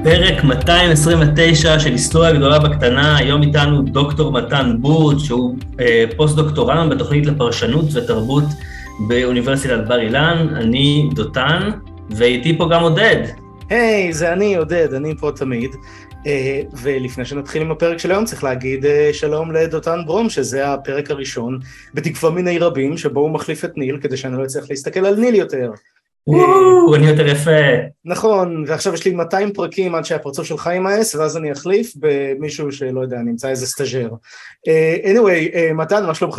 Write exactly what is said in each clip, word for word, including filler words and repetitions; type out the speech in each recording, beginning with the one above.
פרק מאתיים עשרים ותשע של היסטוריה גדולה בקטנה. היום איתנו דוקטור מתן בורט, שהוא אה, פוסט-דוקטורנט בתוכנית לפרשנות ותרבות באוניברסיטת בר אילן. אני דותן, ואיתי פה גם עודד. היי, hey, זה אני עודד, אני פה תמיד. Uh, ולפני שנתחיל עם הפרק של היום, צריך להגיד uh, שלום לדותן ברום, שזה הפרק הראשון, בתקווה מיני רבים, שבו הוא מחליף את ניל, כדי שאני לא אצליח להסתכל על ניל יותר. וואו, אני יותר יפה. נכון, ועכשיו יש לי מאתיים פרקים עד שהפרצוף שלך יימאס, ואז אני אחליף במישהו שלא יודע, נמצא איזה סטאז'ר. Uh, anyway, uh, מתן, מה שלומך?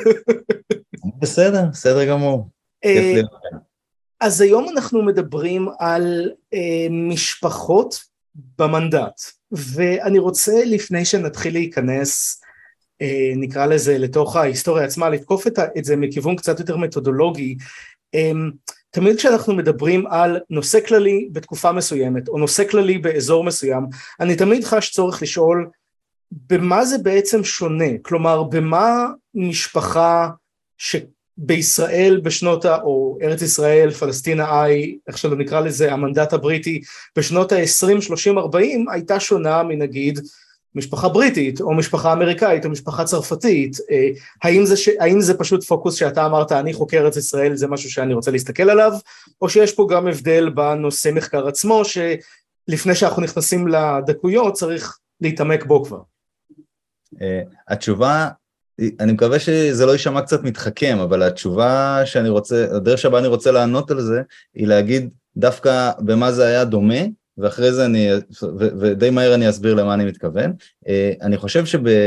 בסדר, בסדר גמור. אז היום אנחנו מדברים על uh, משפחות במנדט, ואני רוצה לפני שנתחיל להיכנס, uh, נקרא לזה לתוך ההיסטוריה עצמה, לתקוף את, את זה מכיוון קצת יותר מתודולוגי. um, תמיד כשאנחנו מדברים על נושא כללי בתקופה מסוימת, או נושא כללי באזור מסוים, אני תמיד חש צורך לשאול, במה זה בעצם שונה? כלומר, במה משפחה שבישראל בשנות ה... או ארץ ישראל, פלסטינה איי, איך שלא נקרא לזה, המנדט הבריטי, בשנות ה-עשרים, שלושים, ארבעים, הייתה שונה מנגיד משפחה בריטית, או משפחה אמריקאית, או משפחה צרפתית. האם זה, ש... האם זה פשוט פוקוס שאתה אמרת, אני חוקר ארץ ישראל, זה משהו שאני רוצה להסתכל עליו, או שיש פה גם הבדל בנושא מחקר עצמו, שלפני שאנחנו נכנסים לדקויות, צריך להתעמק בו כבר? התשובה, אני מקווה שזה לא יישמע קצת מתחכם, אבל התשובה שאני רוצה, הדרך שבה אני רוצה לענות על זה, היא להגיד דווקא במה זה היה דומה, ואחרי זה אני, ודי מהר אני אסביר למה אני מתכוון. אני חושב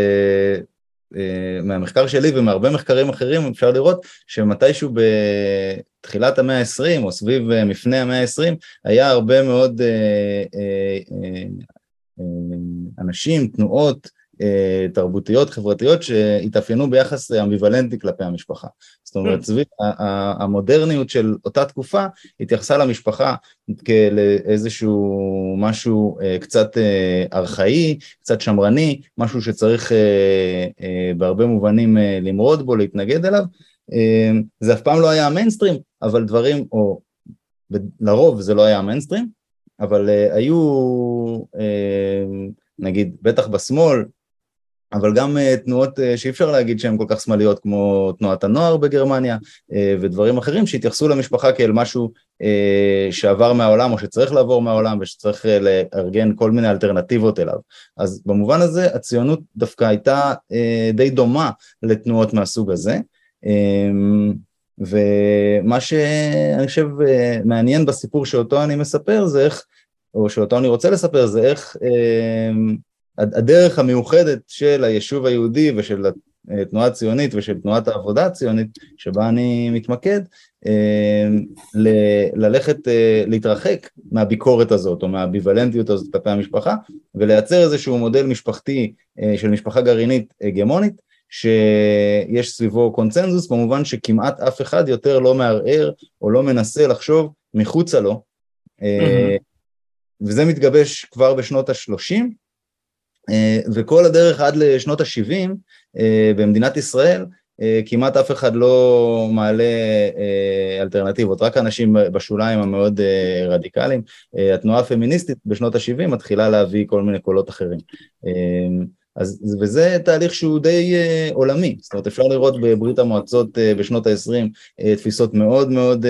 שמהמחקר שלי ומהרבה מחקרים אחרים אפשר לראות שמתישהו בתחילת המאה ה-עשרים או סביב מפני המאה ה-עשרים היה הרבה מאוד אנשים, תנועות, תרבותיות, חברתיות, שהתאפיינו ביחס אמביוולנטי כלפי המשפחה. זאת אומרת, סביב המודרניות של אותה תקופה, התייחסה למשפחה כאיזשהו משהו קצת ארכאי, קצת שמרני, משהו שצריך בהרבה מובנים למרוד בו, להתנגד אליו. זה אף פעם לא היה המיינסטרים, אבל דברים, או לרוב זה לא היה המיינסטרים, אבל היו, נגיד, בטח בשמאל, אבל גם תנועות שאי אפשר להגיד שהן כל כך שמאליות, כמו תנועת הנוער בגרמניה, ודברים אחרים שהתייחסו למשפחה כאל משהו שעבר מהעולם, או שצריך לעבור מהעולם, ושצריך לארגן כל מיני אלטרנטיבות אליו. אז במובן הזה, הציונות דווקא הייתה די דומה לתנועות מהסוג הזה, ומה שאני חושב מעניין בסיפור שאותו אני מספר, זה איך, או שאותו אני רוצה לספר, זה איך הדרך המיוחדת של היישוב היהודי ושל התנועה הציונית ושל תנועת העבודה הציונית שבה אני מתמקד, ללכת, להתרחק מהביקורת הזאת או מהאמביוולנטיות הזאת כלפי המשפחה, ולייצר איזשהו מודל משפחתי של משפחה גרעינית הגמונית, שיש סביבו קונצנזוס, במובן שכמעט אף אחד יותר לא מערער או לא מנסה לחשוב מחוצה לו, וזה מתגבש כבר בשנות ה-שלושים, וכל הדרך עד לשנות ה-שבעים במדינת ישראל, כמעט אף אחד לא מעלה אלטרנטיבות, רק אנשים בשוליים המאוד רדיקליים. התנועה הפמיניסטית בשנות ה-שבעים מתחילה להביא כל מיני קולות אחרים. אז, וזה תהליך שהוא די עולמי, זאת אומרת אפשר לראות בברית המועצות בשנות ה-עשרים תפיסות מאוד מאוד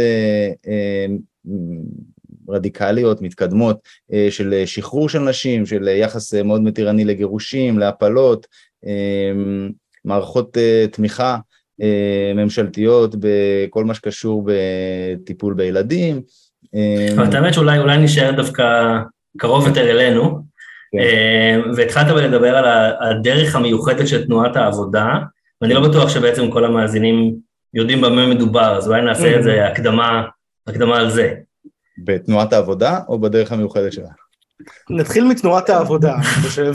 רדיקליות, מתקדמות, של שחרור של נשים, של יחס מאוד מתירני לגירושים, להפלות, מערכות תמיכה ממשלתיות בכל מה שקשור בטיפול בילדים. אבל האמת שאולי אולי נשאר דווקא קרוב יותר אלינו, והתחלת לדבר על הדרך המיוחדת של תנועת העבודה, ואני לא בטוח שבעצם כל המאזינים יודעים במה מדובר, אז אולי נעשה את זה הקדמה, הקדמה על זה. בתנועת העבודה או בדרך המיוחדת שלה? נתחיל מתנועת העבודה, אני חושב.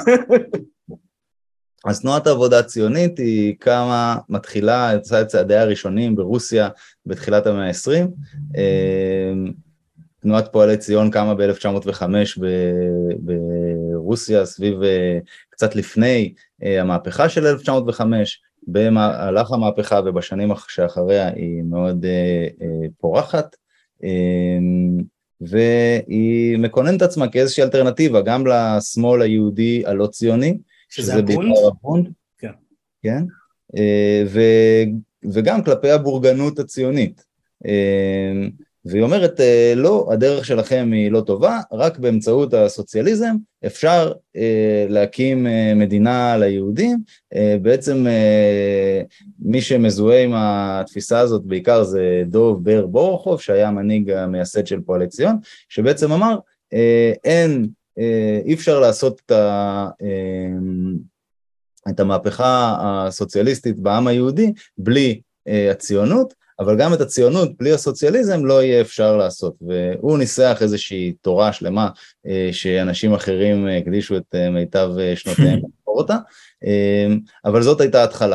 אז תנועת העבודה הציונית היא כמה מתחילה, יצאה את צעדיה הראשונים ברוסיה בתחילת המאה ה-עשרים, תנועת פועלי ציון קמה ב-אלף תשע מאות וחמש ברוסיה, סביב קצת לפני המהפכה של אלף תשע מאות וחמש, במהלך המהפכה ובשנים שאחריה היא מאוד פורחת, והיא מקוננת עצמה כאיזושהי אלטרנטיבה, גם לשמאל היהודי הלא ציוני, שזה הבונד? הבונד, כן. כן? ו, וגם כלפי הבורגנות הציונית. והיא אומרת, לא, הדרך שלכם היא לא טובה, רק באמצעות הסוציאליזם אפשר להקים מדינה ליהודים, בעצם מי שמזוהה עם התפיסה הזאת בעיקר זה דוב בר בורוכוב, שהיה המנהיג המייסד של פועלי ציון, שבעצם אמר, אין, אי אפשר לעשות את ה... את המהפכה הסוציאליסטית בעם היהודי בלי הציונות, אבל גם את הציונות בלי הסוציאליזם לא יהיה אפשר לעשות, והוא ניסח איזושהי תורה שלמה שאנשים אחרים הקדישו את מיטב שנותיהם לקרוא אותה, אבל זאת הייתה התחלה.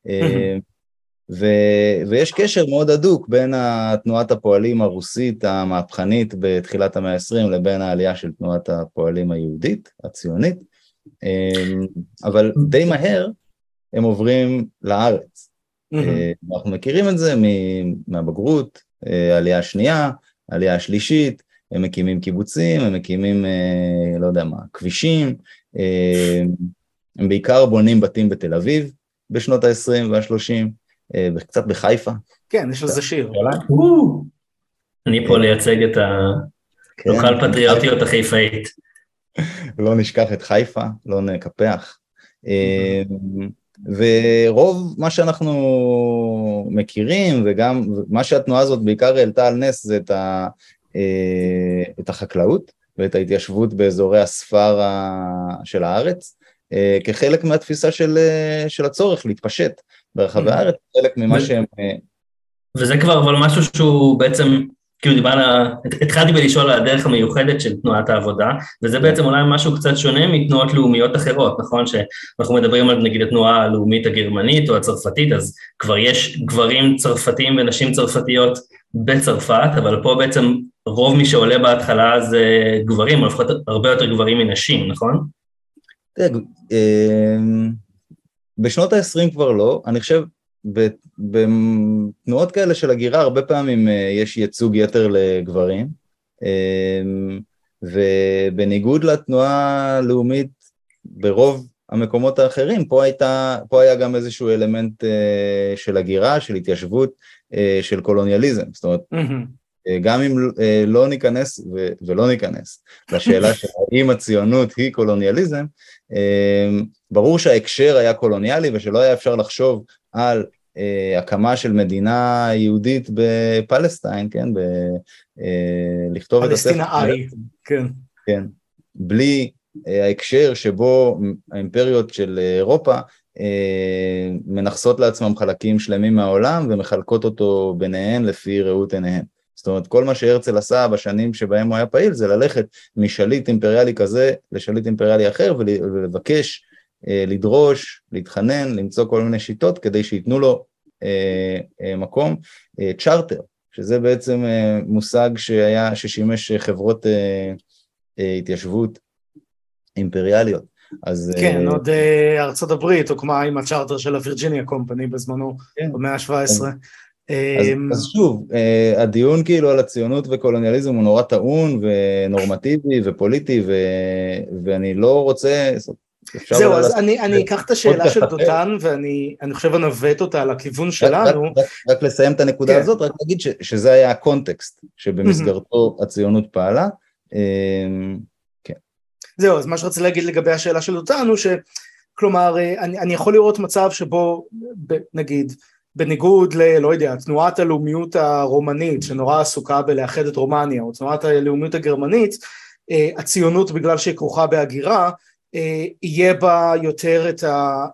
ו- ויש קשר מאוד הדוק בין תנועת הפועלים הרוסית המהפכנית בתחילת המאה ה-עשרים לבין העלייה של תנועת הפועלים היהודית, הציונית, אבל די מהר הם עוברים לארץ. אנחנו מכירים את זה מהבגרות, העלייה השנייה, העלייה השלישית, הם מקימים קיבוצים, הם מקימים, לא יודע מה, כבישים, הם בעיקר בונים בתים בתל אביב בשנות ה-עשרים וה-שלושים, קצת בחיפה. כן, יש לזה שיר. אני פה לייצג את הלוקל פטריוטיות החיפאית. לא נשכח את חיפה, לא נקפח. ורוב מה שאנחנו מכירים, וגם מה שהתנועה הזאת בעיקר העלתה על נס, זה את, ה, את החקלאות, ואת ההתיישבות באזורי הספר של הארץ, כחלק מהתפיסה של, של הצורך להתפשט ברחבי הארץ, חלק ממה שהם... וזה כבר אבל משהו שהוא בעצם, כאילו דיברנו, התחלתי בלשאול על הדרך המיוחדת של תנועת העבודה, וזה בעצם אולי משהו קצת שונה מתנועות לאומיות אחרות, נכון? שאנחנו מדברים על נגיד התנועה הלאומית הגרמנית או הצרפתית, אז כבר יש גברים צרפתיים ונשים צרפתיות בצרפת, אבל פה בעצם רוב מי שעולה בהתחלה זה גברים, או לפחות הרבה יותר גברים מנשים, נכון? בשנות ה-עשרים כבר לא, אני חושב, בתנועות כאלה של הגירה, הרבה פעמים יש ייצוג יתר לגברים, ובניגוד לתנועה הלאומית ברוב המקומות האחרים, פה, הייתה, פה היה גם איזשהו אלמנט של הגירה, של התיישבות, של קולוניאליזם, זאת אומרת, גם אם לא ניכנס ו- ולא ניכנס לשאלה של האם הציונות היא קולוניאליזם, ברור שההקשר היה קולוניאלי ושלא היה אפשר לחשוב על הקמה של מדינה יהודית בפלסטין, כן, ב- לכתוב את הספר, פלסטינאי, כן, כן, בלי ההקשר שבו האימפריות של אירופה מנחסות לעצמם חלקים שלמים מהעולם ומחלקות אותו ביניהן לפי ראות עיניהן. זאת אומרת, כל מה שהרצל עשה בשנים שבהם הוא היה פעיל, זה ללכת משליט אימפריאלי כזה לשליט אימפריאלי אחר, ולבקש, לדרוש, להתחנן, למצוא כל מיני שיטות, כדי שיתנו לו מקום, צ'ארטר, שזה בעצם מושג שהיה, ששימש חברות התיישבות אימפריאליות. אז, כן, עוד ארצות הברית הוקמה עם הצ'ארטר של הווירג'יניה קומפני בזמנו, במאה ה-שבע עשרה. אז, אז שוב, הדיון כאילו על הציונות וקולוניאליזם הוא נורא טעון ונורמטיבי ופוליטי, ו, ואני לא רוצה... זהו, אז אני, אני אקח את השאלה של דותן, ואני אני חושב אנווט אותה לכיוון שלנו. רק, רק, רק לסיים את הנקודה כן. הזאת, רק להגיד ש, שזה היה הקונטקסט שבמסגרתו הציונות פעלה. כן. זהו, אז מה שרציתי להגיד לגבי השאלה של דותן, הוא שכלומר, אני, אני יכול לראות מצב שבו, נגיד, בניגוד ל, לא יודע, תנועת הלאומיות הרומנית, שנורא עסוקה בלאחד את רומניה, או תנועת הלאומיות הגרמנית, הציונות בגלל שהיא כרוכה בהגירה, יהיה בה יותר את ה...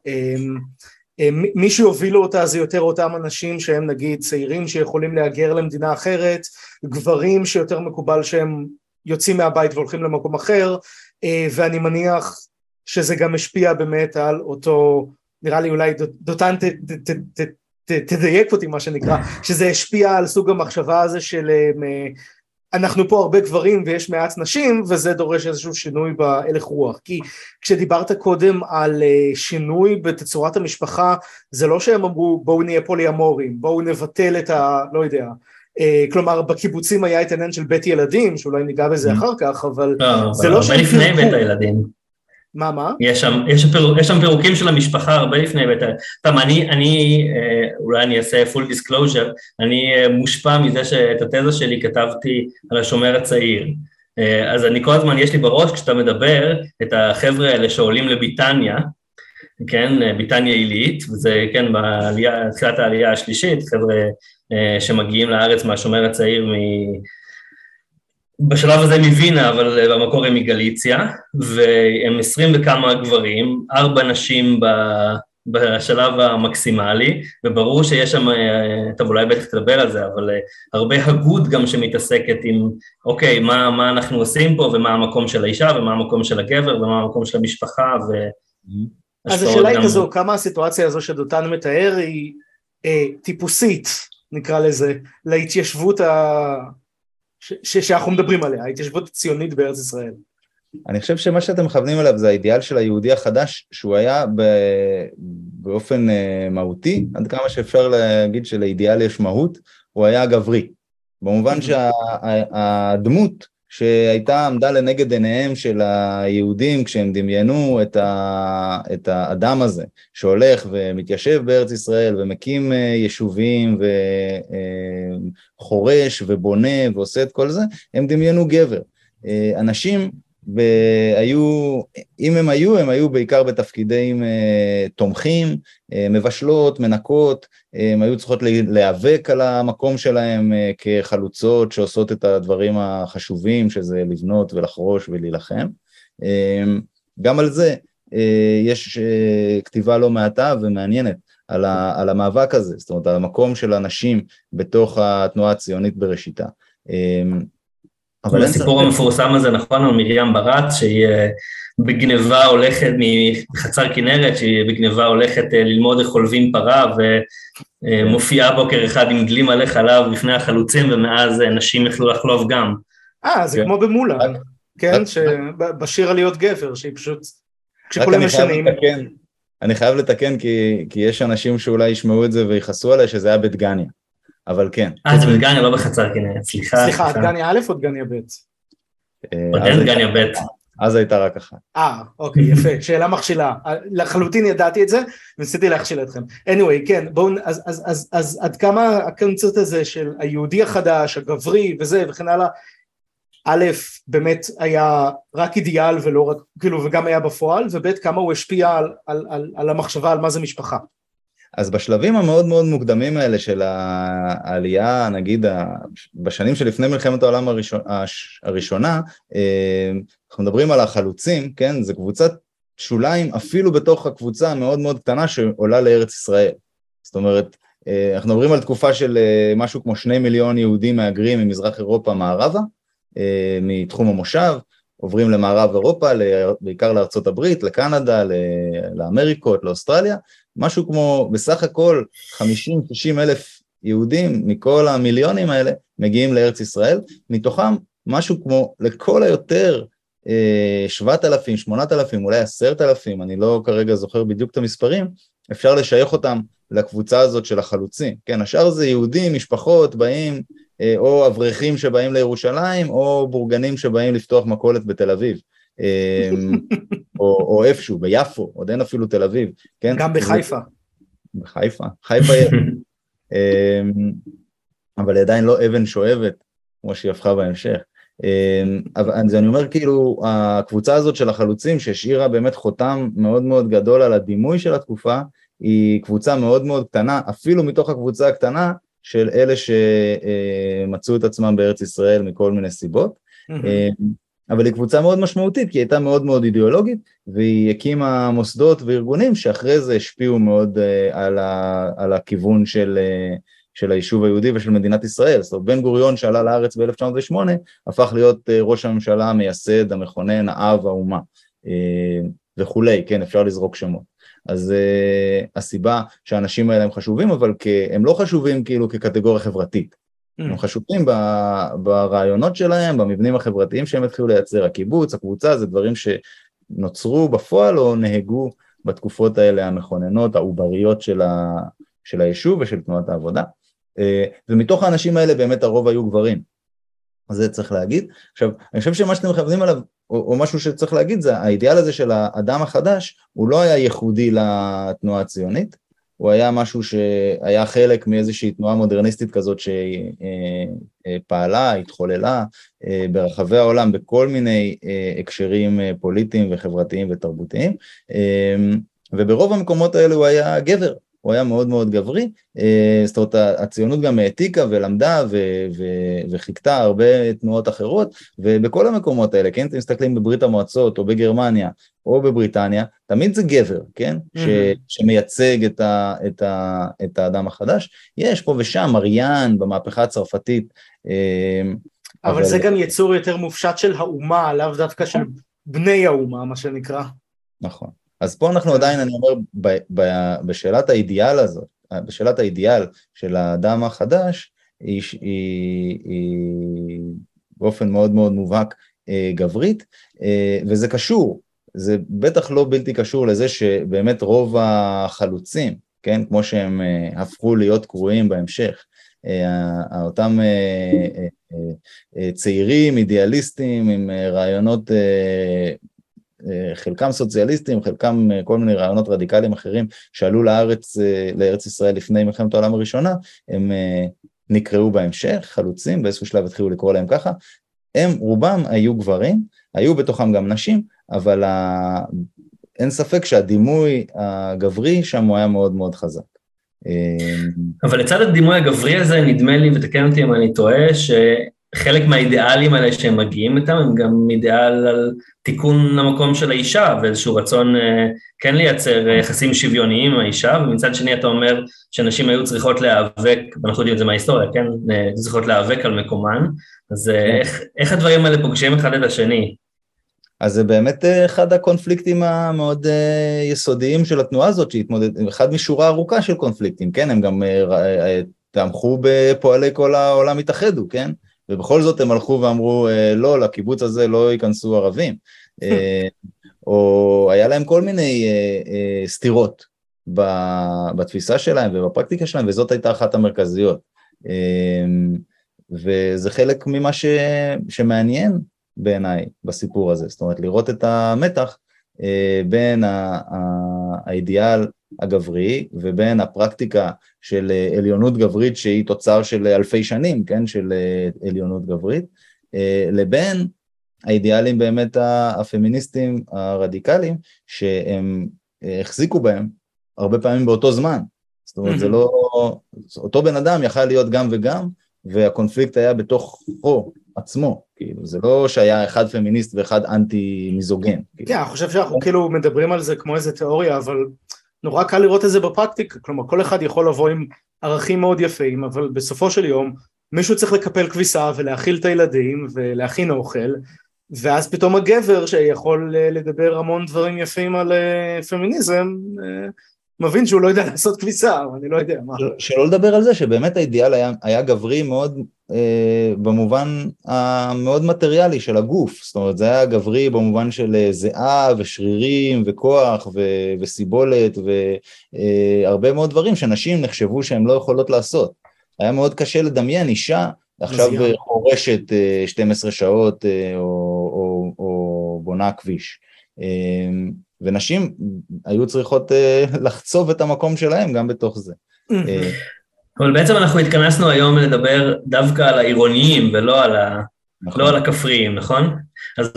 מי שיובילו אותה זה יותר אותם אנשים שהם נגיד צעירים שיכולים להגר למדינה אחרת, גברים שיותר מקובל שהם יוצאים מהבית והולכים למקום אחר, ואני מניח שזה גם משפיע באמת על אותו, נראה לי אולי דותן ת... ת, ת, ת, תדייק אותי מה שנקרא, שזה השפיע על סוג המחשבה הזה של אנחנו פה הרבה גברים ויש מעט נשים, וזה דורש איזשהו שינוי בהלך רוח, כי כשדיברת קודם על שינוי בתצורת המשפחה, זה לא שהם אמרו בואו נהיה פוליאמורים, בואו נבטל את ה... לא יודע, כלומר בקיבוצים היה את העניין של בית ילדים, שאולי ניגע בזה אחר כך, אבל זה לא שהם לפני בית הילדים. מה, מה? יש שם, יש שם, יש שם פירוקים של המשפחה הרבה לפני בית הילדים. טוב, אני, אני, אולי אני אעשה full disclosure, אני מושפע מזה שאת התזה שלי כתבתי על השומר הצעיר. אז אני כל הזמן, יש לי בראש כשאתה מדבר את החבר'ה האלה שעולים לביטניה, כן, ביטניה עילית, וזה כן, בעלייה, תחילת העלייה השלישית, חבר'ה שמגיעים לארץ מהשומר הצעיר מ... בשלב הזה מווינה, אבל במקור הם מגליציה, והם עשרים וכמה גברים, ארבע נשים בשלב המקסימלי, וברור שיש שם, טוב אולי בטח תדבר על זה, אבל הרבה הגות גם שמתעסקת עם, אוקיי, מה, מה אנחנו עושים פה, ומה המקום של האישה, ומה המקום של הגבר, ומה המקום של המשפחה, ו... אז השאלה היא כזו, כמה הסיטואציה הזו שדותן מתאר היא אה, טיפוסית, נקרא לזה, להתיישבות ה... ש... ש... שאנחנו מדברים עליה, ההתיישבות הציונית בארץ ישראל. אני חושב שמה שאתם מכוונים עליו זה האידיאל של היהודי החדש, שהוא היה ב... באופן אה, מהותי, עד כמה שאפשר להגיד שלאידיאל יש מהות, הוא היה גברי. במובן שהדמות שהייתה עמדה לנגד עיניהם של היהודים כשהם דמיינו את, ה... את האדם הזה, שהולך ומתיישב בארץ ישראל ומקים יישובים וחורש ובונה ועושה את כל זה, הם דמיינו גבר. אנשים והיו, אם הם היו, הם היו בעיקר בתפקידים תומכים, מבשלות, מנקות, הם היו צריכות להיאבק על המקום שלהם כחלוצות שעושות את הדברים החשובים, שזה לבנות ולחרוש ולהילחם. גם על זה יש כתיבה לא מעטה ומעניינת על, ה, על המאבק הזה, זאת אומרת, על המקום של אנשים בתוך התנועה הציונית בראשיתה. אבל הסיפור המפורסם הזה, נכון, על מרים ברט, שהיא בגניבה הולכת מחצר כנרת, שהיא בגניבה הולכת ללמוד איך חולבים פרה, ומופיעה בוקר אחד עם דלי מלא חלב לפני החלוצים, ומאז נשים יכלו לחלוב גם. אה, זה כמו במולה, כן, שבשיר על להיות גבר, שהיא פשוט, כשכולם משנים. אני חייב לתקן, כי יש אנשים שאולי ישמעו את זה ויחסו עליי, שזה היה בדגניה. אבל כן. אה, זה בדגניה, לא בחצר כנרת, סליחה. סליחה, דגניה א' או דגניה ב'? עוד אין דגניה ב'. אז הייתה רק אחת. אה, אוקיי, יפה, שאלה מכשילה. לחלוטין ידעתי את זה, וניסיתי להכשיל אתכם. anyway, כן, בואו, אז עד כמה הקונצרט הזה של היהודי החדש, הגברי וזה, וכן הלאה, א', באמת היה רק אידיאל ולא רק, כאילו, וגם היה בפועל, וב', כמה הוא השפיע על, על, על, על המחשבה, על מה זה משפחה. אז בשלבים המאוד מאוד מוקדמים האלה של העלייה, נגיד בשנים שלפני מלחמת העולם הראשונה, הראשונה, אנחנו מדברים על החלוצים, כן? זה קבוצת שוליים אפילו בתוך הקבוצה המאוד מאוד קטנה שעולה לארץ ישראל. זאת אומרת, אנחנו מדברים על תקופה של משהו כמו שני מיליון יהודים מהגרים ממזרח אירופה מערבה, מתחום המושב, עוברים למערב אירופה, בעיקר לארצות הברית, לקנדה, לאמריקות, לאוסטרליה, משהו כמו בסך הכל חמישים שישים אלף יהודים מכל המיליונים האלה מגיעים לארץ ישראל, מתוכם משהו כמו לכל היותר שבעת אלפים, שמונת אלפים, אולי עשרת אלפים, אני לא כרגע זוכר בדיוק את המספרים, אפשר לשייך אותם לקבוצה הזאת של החלוצים, כן, השאר זה יהודים, משפחות, באים, או אברכים שבאים לירושלים, או בורגנים שבאים לפתוח מכולת בתל אביב, או, או איפשהו, ביפו, עוד אין אפילו תל אביב, כן? גם בחיפה. בחיפה, חיפה יש. אבל עדיין לא אבן שואבת, כמו שהיא הפכה בהמשך. אבל אני אומר כאילו, הקבוצה הזאת של החלוצים, שהשאירה באמת חותם מאוד מאוד גדול על הדימוי של התקופה, היא קבוצה מאוד מאוד קטנה, אפילו מתוך הקבוצה הקטנה, של אלה שמצאו את עצמם בארץ ישראל מכל מיני סיבות, אבל היא קבוצה מאוד משמעותית, כי היא הייתה מאוד מאוד אידיאולוגית, והיא הקימה מוסדות וארגונים שאחרי זה השפיעו מאוד על, ה, על הכיוון של, של היישוב היהודי ושל מדינת ישראל. זאת אומרת, בן גוריון שעלה לארץ ב-אלף תשע מאות ושמונה, הפך להיות ראש הממשלה, המייסד, המכונן, האב, האומה, וכולי, כן, אפשר לזרוק שמות. אז uh, הסיבה שהאנשים האלה הם חשובים, אבל הם לא חשובים כאילו כקטגוריה חברתית. Mm. הם חשובים ברעיונות שלהם, במבנים החברתיים שהם התחילו לייצר, הקיבוץ, הקבוצה, זה דברים שנוצרו בפועל או נהגו בתקופות האלה המכוננות, העובריות של, ה, של היישוב ושל תנועת העבודה. ומתוך האנשים האלה באמת הרוב היו גברים. אז זה צריך להגיד. עכשיו, אני חושב שמה שאתם מכוונים עליו, או, או משהו שצריך להגיד, זה האידיאל הזה של האדם החדש, הוא לא היה ייחודי לתנועה הציונית, הוא היה משהו שהיה חלק מאיזושהי תנועה מודרניסטית כזאת שפעלה, התחוללה ברחבי העולם בכל מיני הקשרים פוליטיים וחברתיים ותרבותיים, וברוב המקומות האלה הוא היה גבר, הוא היה מאוד מאוד גברי, זאת אומרת הציונות גם העתיקה ולמדה ו- ו- וחיכתה הרבה תנועות אחרות, ובכל המקומות האלה, כן, אתם מסתכלים בברית המועצות או בגרמניה או בבריטניה, תמיד זה גבר, כן, mm-hmm. ש- שמייצג את, ה- את, ה- את האדם החדש, יש פה ושם מריאן במהפכה הצרפתית, אבל, אבל זה גם יצור יותר מופשט של האומה, לאו דווקא של בני האומה, מה שנקרא. נכון. אז פה אנחנו עדיין, אני אומר, ב, ב, בשאלת האידיאל הזאת, בשאלת האידיאל של האדם החדש, היא, היא, היא באופן מאוד מאוד מובהק גברית, וזה קשור, זה בטח לא בלתי קשור לזה שבאמת רוב החלוצים, כן, כמו שהם הפכו להיות קרואים בהמשך, אותם צעירים, אידיאליסטים, עם רעיונות חלקם סוציאליסטים, חלקם כל מיני רעיונות רדיקליים אחרים שעלו לארץ, לארץ ישראל לפני מלחמת העולם הראשונה, הם נקראו בהמשך, חלוצים, באיזשהו שלב התחילו לקרוא להם ככה, הם רובם היו גברים, היו בתוכם גם נשים, אבל ה... אין ספק שהדימוי הגברי שם הוא היה מאוד מאוד חזק. אבל לצד הדימוי הגברי הזה נדמה לי, ותקן אותי אם אני טועה, ש... חלק מהאידיאלים האלה שהם מגיעים איתם, הם גם אידיאל על תיקון המקום של האישה, ואיזשהו רצון כן לייצר יחסים שוויוניים עם האישה, ומצד שני אתה אומר שאנשים היו צריכות להיאבק, ואנחנו יודעים את זה מההיסטוריה, כן? צריכות להיאבק על מקומן, אז איך, איך הדברים האלה פוגשים אחד את השני? אז זה באמת אחד הקונפליקטים המאוד יסודיים של התנועה הזאת, שהתמודד, אחד משורה ארוכה של קונפליקטים, כן? הם גם תמכו בפועלי כל העולם התאחדו, כן? ובכל זאת הם הלכו ואמרו, לא, לקיבוץ הזה לא ייכנסו ערבים, או היה להם כל מיני סתירות בתפיסה שלהם ובפרקטיקה שלהם, וזאת הייתה אחת המרכזיות, וזה חלק ממה ש... שמעניין בעיניי בסיפור הזה, זאת אומרת לראות את המתח בין האידיאל הגברי ובין הפרקטיקה של עליונות גברית שהיא תוצר של אלפי שנים, כן, של עליונות גברית, לבין האידיאלים באמת הפמיניסטים הרדיקליים שהם החזיקו בהם הרבה פעמים באותו זמן, זאת אומרת זה לא, אותו בן אדם יכל להיות גם וגם, והקונפליקט היה בתוכו עצמו, כאילו, זה לא שהיה אחד פמיניסט ואחד אנטי מיזוגן. כן, אני חושב שאנחנו כאילו מדברים על זה כמו איזה תיאוריה, אבל נורא קל לראות את זה בפרקטיקה, כלומר כל אחד יכול לבוא עם ערכים מאוד יפים, אבל בסופו של יום מישהו צריך לקפל כביסה ולהאכיל את הילדים ולהכין אוכל, ואז פתאום הגבר שיכול לדבר המון דברים יפים על פמיניזם, מבין שהוא לא יודע לעשות כביסה, אבל אני לא יודע מה. שלא לדבר על זה שבאמת האידיאל היה, היה גברי מאוד, אה, במובן המאוד מטריאלי של הגוף, זאת אומרת זה היה גברי במובן של זיעה ושרירים וכוח ו, וסיבולת והרבה אה, מאוד דברים שנשים נחשבו שהן לא יכולות לעשות. היה מאוד קשה לדמיין אישה, עכשיו חורשת אה, שתים עשרה שעות אה, או, או, או בונה כביש. אה, ונשים היו צריכות לחצוב את המקום שלהם גם בתוך זה. אבל בעצם אנחנו התכנסנו היום לדבר דווקא על העירוניים ולא על ה... לא על הכפריים, נכון? אז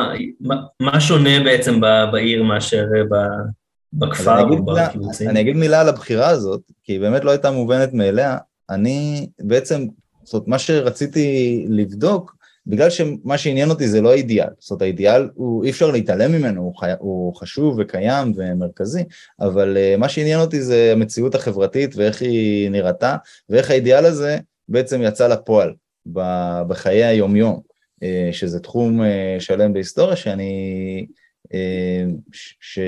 מה שונה בעצם בעיר מאשר בכפר או בקיבוצים? אני אגיד מילה על הבחירה הזאת, כי היא באמת לא הייתה מובנת מאליה. אני בעצם, זאת אומרת, מה שרציתי לבדוק, בגלל שמה שעניין אותי זה לא האידיאל, זאת אומרת האידיאל הוא אי אפשר להתעלם ממנו, הוא, חי... הוא חשוב וקיים ומרכזי, אבל uh, מה שעניין אותי זה המציאות החברתית ואיך היא נראתה, ואיך האידיאל הזה בעצם יצא לפועל בחיי היומיום, uh, שזה תחום uh, שלם בהיסטוריה שאני, uh, ש...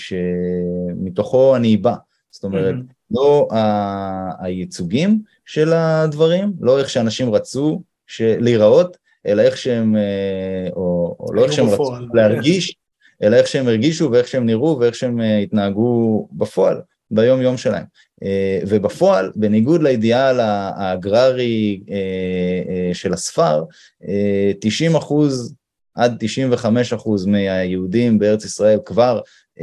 שמתוכו אני בא, זאת אומרת, mm-hmm. לא ה... הייצוגים של הדברים, לא איך שאנשים רצו להיראות, אלא איך שהם, או, או לא איך שהם רצו להרגיש, אלא איך שהם הרגישו ואיך שהם נראו ואיך שהם התנהגו בפועל. ביום יום שלהם. ובפועל, בניגוד לאידיאל האגררי של הספר, תשעים אחוז עד תשעים וחמישה אחוז מהיהודים בארץ ישראל כבר,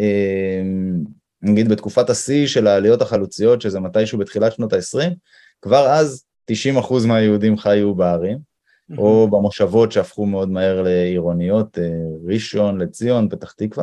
נגיד בתקופת השיא של העליות החלוציות, שזה מתישהו בתחילת שנות ה-עשרים, כבר אז תשעים אחוז מהיהודים חיו בערים, או במושבות שהפכו מאוד מהר לעירוניות, ראשון, לציון, פתח תקווה,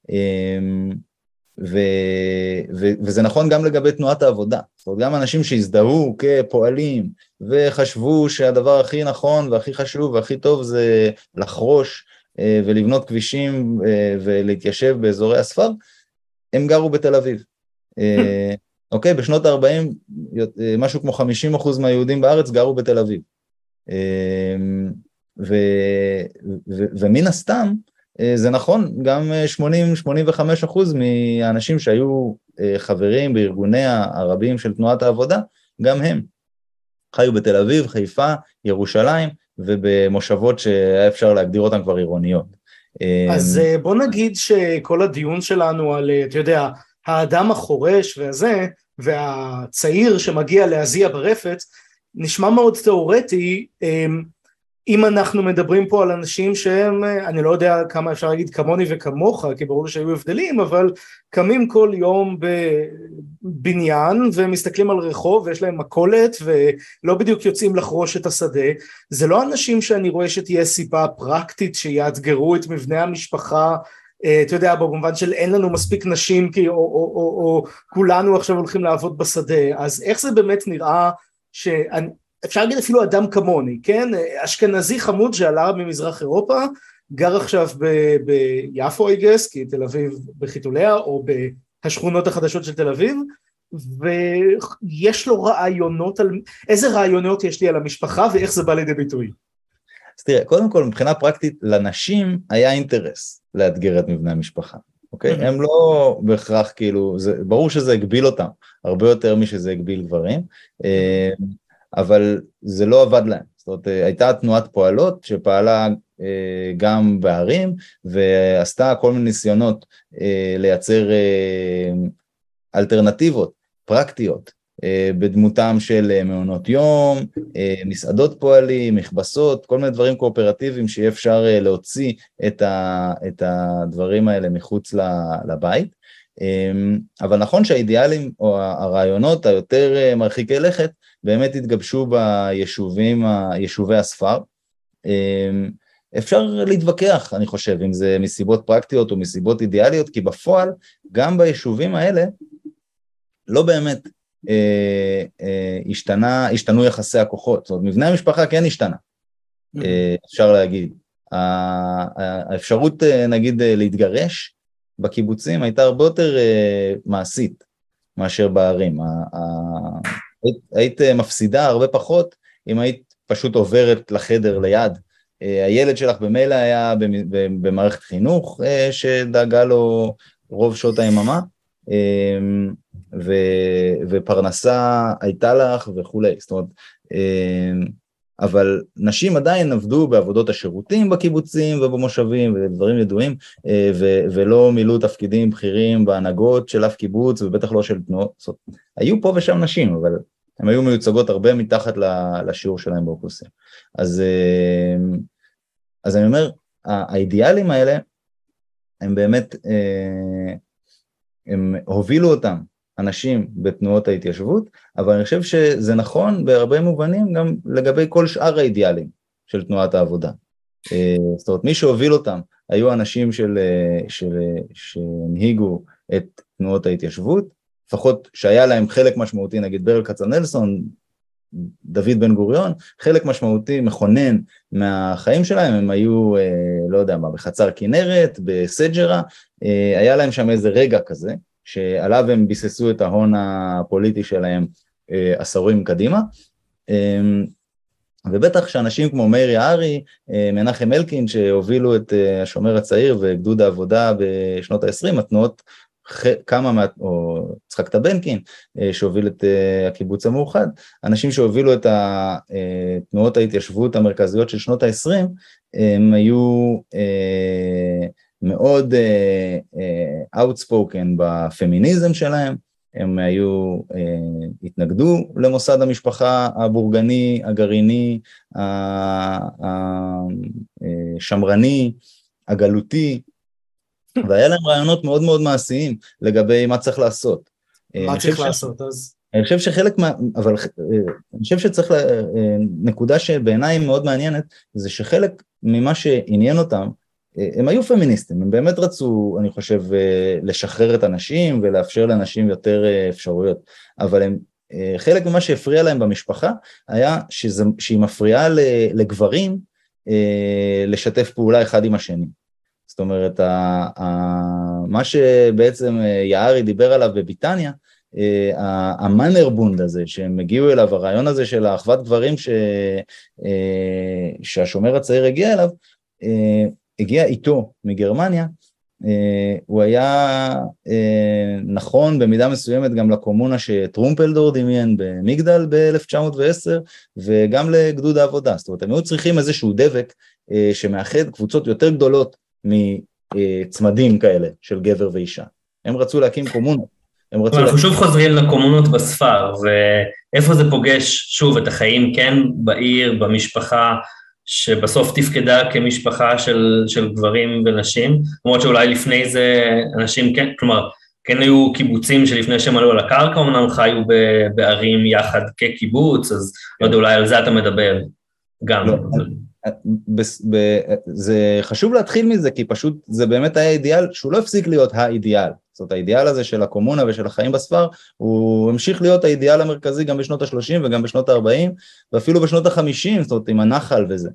ו, ו, וזה נכון גם לגבי תנועת העבודה, זאת אומרת, גם אנשים שהזדהו כפועלים, וחשבו שהדבר הכי נכון, והכי חשוב, והכי טוב זה לחרוש, ולבנות כבישים, ולהתיישב באזורי הספר, הם גרו בתל אביב. אוקיי, בשנות ה-ארבעים, משהו כמו חמישים אחוז מהיהודים בארץ גרו בתל אביב. ו, ו, ומן הסתם, זה נכון, גם שמונים עד שמונים וחמישה אחוז מהאנשים שהיו חברים בארגוני הרבים של תנועת העבודה, גם הם חיו בתל אביב, חיפה, ירושלים, ובמושבות שהיה אפשר להגדיר אותם כבר עירוניות. אז בוא נגיד שכל הדיון שלנו על, אתה יודע, האדם החורש והזה, והצעיר שמגיע להזיע ברפת, נשמע מאוד תיאורטי, אם אנחנו מדברים פה על אנשים שהם, אני לא יודע כמה אפשר להגיד כמוני וכמוך, כי ברור שהיו הבדלים, אבל קמים כל יום בבניין ומסתכלים על רחוב ויש להם מקולת ולא בדיוק יוצאים לחרוש את השדה. זה לא אנשים שאני רואה שתהיה סיבה פרקטית שיאתגרו את מבנה המשפחה, אתה יודע, במובן של אין לנו מספיק נשים כי, או, או, או, או כולנו עכשיו הולכים לעבוד בשדה. אז איך זה באמת נראה שאני, אפשר להגיד אפילו אדם כמוני, כן? אשכנזי חמוד שעלה ממזרח אירופה, גר עכשיו ביפו, I guess, כי תל אביב בחיתוליה, או בשכונות החדשות של תל אביב, ויש לו רעיונות על, איזה רעיונות יש לי על המשפחה, ואיך זה בא לידי ביטוי? אז תראה, קודם כל, מבחינה פרקטית, לנשים היה אינטרס לאתגר את מבנה המשפחה, אוקיי? Mm-hmm. הם לא בהכרח, כאילו, זה, ברור שזה הגביל אותם, הרבה יותר משזה הגביל גברים, mm-hmm. אבל זה לא עבד להם, זאת אומרת, הייתה תנועת פועלות שפעלה גם בערים, ועשתה כל מיני ניסיונות לייצר אלטרנטיבות פרקטיות, בדמותם של מעונות יום, מסעדות פועלים, מכבסות, כל מיני דברים קואופרטיביים שיהיה אפשר להוציא את הדברים האלה מחוץ לבית, אבל נכון שהאידיאלים או הרעיונות היותר מרחיקי לכת באמת התגבשו ביישובים, יישובי הספר. אפשר להתווכח, אני חושב, אם זה מסיבות פרקטיות או מסיבות אידיאליות, כי בפועל גם ביישובים האלה לא באמת אה, אה, השתנה, השתנו יחסי הכוחות, זאת אומרת, מבנה המשפחה כן השתנה, אה, אפשר להגיד. האפשרות, נגיד, להתגרש בקיבוצים הייתה הרבה יותר אה, מעשית מאשר בערים. היית, היית מפסידה הרבה פחות אם היית פשוט עוברת לחדר ליד. הילד שלך במילא היה במערכת חינוך שדאגה לו רוב שעות היממה, ו, ופרנסה הייתה לך וכו'. זאת אומרת, אבל נשים עדיין עבדו בעבודות השירותים בקיבוצים ובמושבים ודברים ידועים, ו, ולא מילאו תפקידים בכירים בהנהגות של אף קיבוץ ובטח לא של תנועות. זאת אומרת, היו פה ושם נשים, אבל הן היו מיוצגות הרבה מתחת לשיעור שלהם באוכלוסייה. אז, אז אני אומר, האידיאלים האלה, הם באמת, הם הובילו אותם אנשים בתנועות ההתיישבות, אבל אני חושב שזה נכון בהרבה מובנים גם לגבי כל שאר האידיאלים של תנועת העבודה. זאת אומרת, מי שהוביל אותם היו אנשים של, של, שהנהיגו את תנועות ההתיישבות, לפחות שהיה להם חלק משמעותי, נגיד ברל כצנלסון, דוד בן גוריון, חלק משמעותי מכונן מהחיים שלהם, הם היו, לא יודע מה, בחצר כנרת, בסג'רה, היה להם שם איזה רגע כזה, שעליו הם ביססו את ההון הפוליטי שלהם עשורים קדימה, ובטח שאנשים כמו מאיר יערי, מנחם אלקין, שהובילו את השומר הצעיר וגדוד העבודה בשנות ה-עשרים, התנועות כמה, או צחק טבנקין, שהוביל את הקיבוץ המאוחד, אנשים שהובילו את תנועות ההתיישבות המרכזיות של שנות ה-עשרים, הם היו מאוד outspoken בפמיניזם שלהם, הם היו, התנגדו למוסד המשפחה הבורגני, הגרעיני, השמרני, הגלותי, והיה להם רעיונות מאוד מאוד מעשיים לגבי מה צריך לעשות. מה צריך לעשות, אז? אני חושב שחלק מה, אבל אני חושב שצריך, נקודה שבעיניי מאוד מעניינת, זה שחלק ממה שעניין אותם, הם היו פמיניסטים, הם באמת רצו, אני חושב, לשחרר את הנשים ולאפשר לאנשים יותר אפשרויות, אבל הם, חלק ממה שהפריע להם במשפחה, היה שזה, שהיא מפריעה לגברים לשתף פעולה אחד עם השני. זאת אומרת, מה שבעצם יערי דיבר עליו בביטניה, המאנרבונד הזה שהם הגיעו אליו, הרעיון הזה של האחוות גברים ש... שהשומר הצעיר הגיע אליו, הגיע איתו מגרמניה, הוא היה נכון במידה מסוימת גם לקומונה שטרומפלדור דמיין במגדל ב-אלף תשע מאות ועשר, וגם לגדוד העבודה. זאת אומרת, הם היו צריכים איזשהו דבק שמאחד קבוצות יותר גדולות מצמדים כאלה של גבר ואישה. הם רצו להקים קומונות. אנחנו שוב חוזרים לקומונות בספר, ואיפה זה פוגש שוב את החיים, כן, בעיר, במשפחה, שבסוף תפקדה כמשפחה של, של גברים ונשים, למרות שאולי לפני זה אנשים, כן, כלומר, כן היו קיבוצים שלפני שהם עלו על הקרקע, אמנם חיו בערים יחד כקיבוץ, אז לא יודע, אולי על זה אתה מדבר גם. לא, זה חשוב להתחיל מזה, כי פשוט זה באמת היה אידיאל, שהוא לא הפסיק להיות האידיאל. זאת אומרת, האידיאל הזה של הקומונה ושל החיים בספר, הוא המשיך להיות האידיאל המרכזי גם בשנות ה-שלושים וגם בשנות ה-ארבעים, ואפילו בשנות ה-חמישים, זאת אומרת, עם הנחל וזה.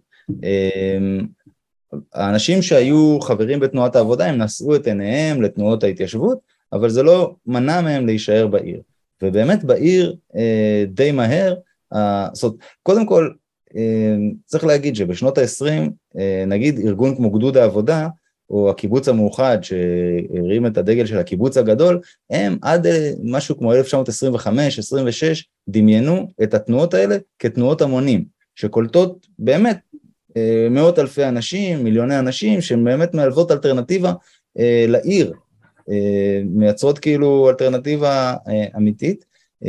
האנשים שהיו חברים בתנועת העבודה, הם נשאו את עיניהם לתנועות ההתיישבות, אבל זה לא מנע מהם להישאר בעיר. ובאמת בעיר די מהר, זאת אומרת, קודם כל, צריך להגיד שבשנות ה-עשרים, נגיד ארגון כמו גדוד העבודה, או הקיבוץ המאוחד שהרים את הדגל של הקיבוץ הגדול, הם עד משהו כמו אלף תשע מאות עשרים וחמש עשרים ושש דמיינו את התנועות האלה כתנועות המונים, שקולטות באמת מאות אלפי אנשים, מיליוני אנשים, שבאמת מלוות אלטרנטיבה לעיר, מייצרות כאילו אלטרנטיבה אמיתית,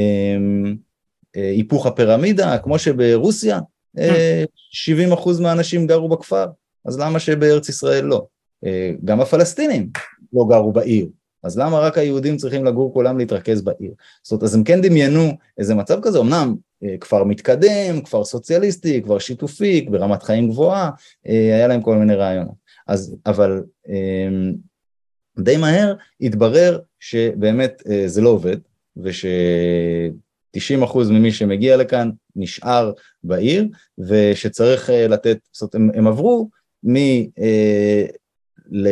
היפוך הפירמידה, כמו שברוסיה, שבעים אחוז מהאנשים גרו בכפר, אז למה שבארץ ישראל לא? גם הפלסטינים לא גרו בעיר, אז למה רק היהודים צריכים לגור כולם להתרכז בעיר? זאת אומרת, אז הם כן דמיינו איזה מצב כזה, אמנם כפר מתקדם, כפר סוציאליסטי, כפר שיתופי, ברמת חיים גבוהה, היה להם כל מיני רעיונות. אז, אבל די מהר התברר שבאמת זה לא עובד, וש-תשעים אחוז ממי שמגיע לכאן נשאר בעיר, ושצריך לתת, זאת אומרת, הם, הם עברו מ... ל...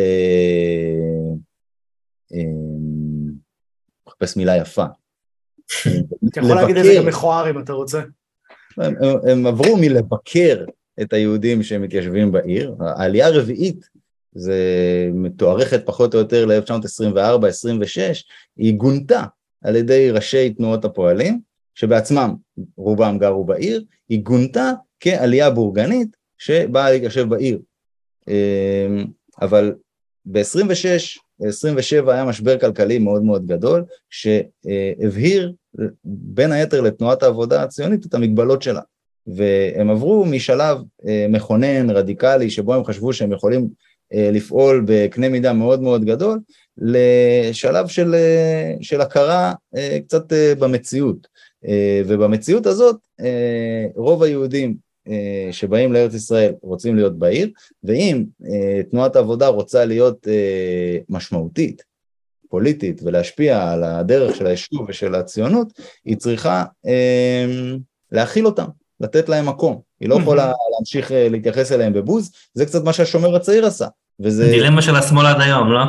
מחפש מילה יפה. אתה יכול להגיד את זה גם מכוער אם אתה רוצה. הם, הם עברו מלבקר את היהודים שמתיישבים בעיר, העלייה הרביעית, זה מתוארכת פחות או יותר ל-אלף תשע מאות עשרים וארבע עשרים ושש, היא גונתה על ידי ראשי תנועות הפועלים, שבעצמם רובם גרו בעיר, היא גונתה כעלייה בורגנית שבאה להתיישב בעיר. אבל ב-עשרים ושש עשרים ושבע היה משבר כלכלי מאוד מאוד גדול, שהבהיר בין היתר לתנועת העבודה הציונית את המגבלות שלה, והם עברו משלב מכונן, רדיקלי, שבו הם חשבו שהם יכולים לפעול בקנה מידה מאוד מאוד גדול, לשלב של, של הכרה קצת במציאות, ובמציאות הזאת רוב היהודים שבאים לארץ ישראל רוצים להיות בעיר, ואם תנועת העבודה רוצה להיות משמעותית, פוליטית, ולהשפיע על הדרך של היישוב ושל הציונות, היא צריכה להכיל אותם, לתת להם מקום. היא לא יכולה להמשיך להתייחס אליהם בבוז, זה קצת מה שהשומר הצעיר עשה. וזה... דילמה של השמאל עד היום, לא?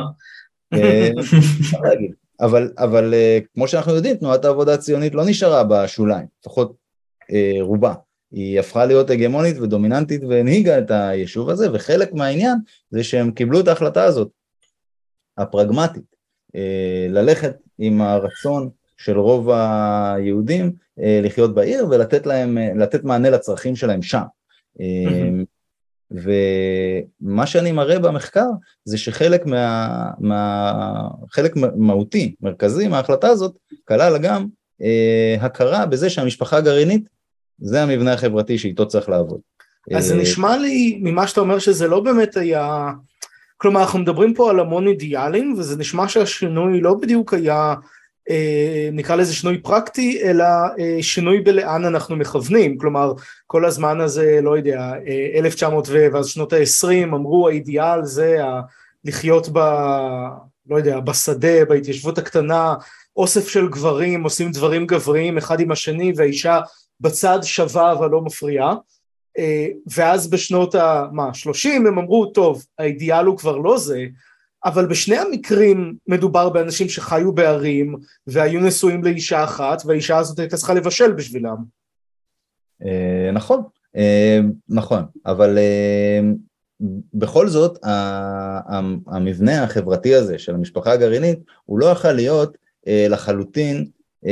אבל, אבל כמו שאנחנו יודעים, תנועת העבודה הציונית לא נשארה בשוליים, לפחות רובה. היא הפכה להיות הגמונית ודומיננטית והנהיגה את היישוב הזה, וחלק מהעניין זה שהם קיבלו את ההחלטה הזאת, הפרגמטית, ללכת עם הרצון של רוב היהודים לחיות בעיר ולתת להם, לתת מענה לצרכים שלהם שם. ומה שאני מראה במחקר, זה שחלק מה, מה, חלק מהותי, מרכזי מההחלטה הזאת, כלל גם אה, הכרה בזה שהמשפחה הגרעינית, זה המבנה החברתי שאיתו צריך לעבוד. אז זה נשמע לי, ממה שאתה אומר שזה לא באמת היה, כלומר אנחנו מדברים פה על המון אידיאלים, וזה נשמע שהשינוי לא בדיוק היה, אה, נקרא לזה שינוי פרקטי, אלא אה, שינוי בלאן אנחנו מכוונים, כלומר כל הזמן הזה, לא יודע, אה, אלף תשע מאות ואז שנות ה-עשרים, אמרו האידיאל זה ה- לחיות ב, לא יודע, בשדה, בהתיישבות הקטנה, אוסף של גברים, עושים דברים גבריים אחד עם השני, והאישה בצד שווה אבל לא מפריעה, ואז בשנות ה... מה, שלושים הם אמרו, טוב, האידיאל הוא כבר לא זה, אבל בשני המקרים מדובר באנשים שחיו בערים, והיו נשואים לאישה אחת, והאישה הזאת הייתה צריכה לבשל בשבילם. נכון, נכון, אבל בכל זאת, המבנה החברתי הזה של המשפחה הגרעינית, הוא לא יכול להיות לחלוטין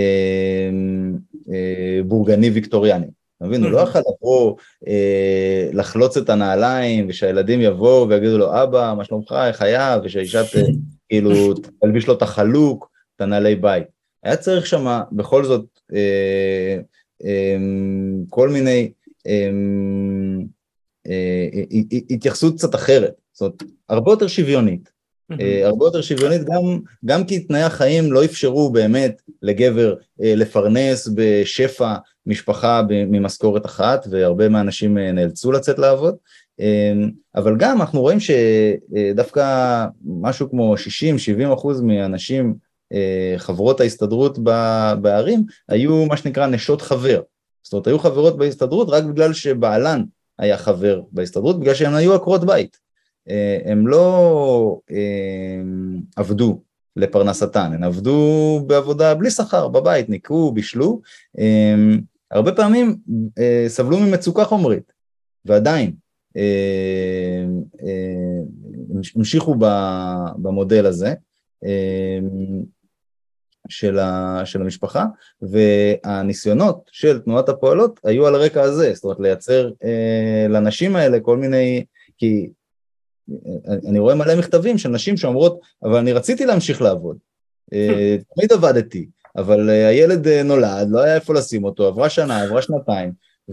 בורגני ויקטוריאני. מבין, הוא לא יכול לבוא, אה, לחלוץ את הנעליים, ושהילדים יבואו ויגידו לו, אבא, מה שלומך, איך היה, ושהאישה כאילו תלביש לו את החלוק, את הנעלי בית. היה צריך שם בכל זאת אה, אה, כל מיני אה, אה, אה, התייחסות קצת אחרת, זאת אומרת, הרבה יותר שוויונית. אה, הרבה יותר שוויונית, גם, גם כי תנאי החיים לא אפשרו באמת לגבר אה, לפרנס בשפע, משפחה ממשכורת אחת, והרבה מהאנשים נאלצו לצאת לעבוד, אבל גם אנחנו רואים שדווקא משהו כמו שישים שבעים אחוז מהאנשים, חברות ההסתדרות בערים, היו מה שנקרא נשות חבר, זאת אומרת, היו חברות בהסתדרות רק בגלל שבעלן היה חבר בהסתדרות, בגלל שהן היו עקרות בית, הם לא עבדו לפרנסתן, הן עבדו בעבודה בלי שכר, בבית, ניקו, בישלו, הרבה פעמים אה, סבלו ממצוקה חומרית, ועדיין אה, אה, המשיכו במודל הזה אה, של, ה, של המשפחה, והניסיונות של תנועת הפועלות היו על הרקע הזה, זאת אומרת לייצר אה, לנשים האלה כל מיני, כי אני רואה מלא מכתבים של נשים שאומרות, אבל אני רציתי להמשיך לעבוד, אה, תמיד עבדתי, אבל הילד נולד, לא היה איפה לשים אותו, עברה שנה, עברה שנתיים,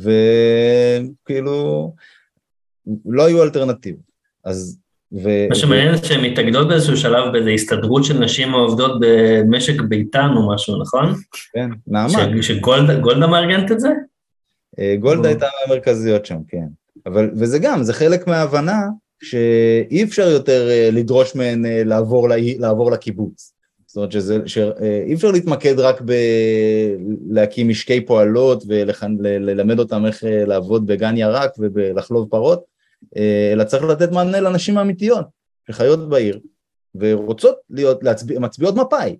וכאילו, לא היו אלטרנטיבות. אז, ו... מה שמעניין זה שהן מתאגדות באיזשהו שלב, באיזו הסתדרות של נשים העובדות במשק ביתן או משהו, נכון? כן, נעמה. שגולדה מארגנת את זה? גולדה הייתה מהמרכזיות שם, כן. אבל, וזה גם, זה חלק מההבנה, שאי אפשר יותר לדרוש מהן לעבור, לעבור לקיבוץ. זאת אומרת שזה, שאי אפשר להתמקד רק בלהקים משקי פועלות וללמד אותם איך לעבוד בגן ירק ולחלוב פרות, אלא צריך לתת מענה לנשים האמיתיות שחיות בעיר ורוצות להיות, להצביע, מצביעות מפאי,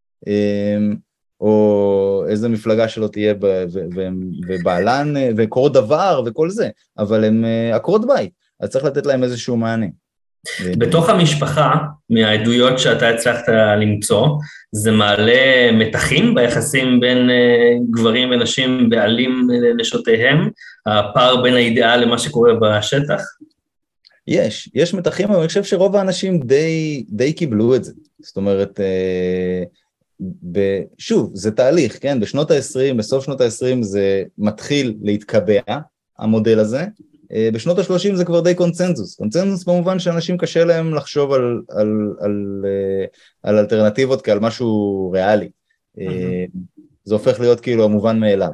או איזה מפלגה שלא תהיה ובעלן וקורות דבר וכל זה, אבל הן עקרות בית, אז צריך לתת להם איזשהו מענה. בתוך המשפחה, מהעדויות שאתה הצלחת למצוא, זה מעלה מתחים ביחסים בין גברים ונשים בעלים לנשותיהם, הפער בין האידיאל למה שקורה בשטח? יש, יש מתחים, אבל אני חושב שרוב האנשים די, די קיבלו את זה. זאת אומרת, שוב, זה תהליך, כן? בשנות ה-עשרים, בסוף שנות ה-עשרים זה מתחיל להתקבע, המודל הזה, בשנות ה-שלושים זה כבר די קונצנזוס, קונצנזוס במובן שאנשים קשה להם לחשוב על, על, על, על אלטרנטיבות כעל משהו ריאלי, mm-hmm. זה הופך להיות כאילו המובן מאליו,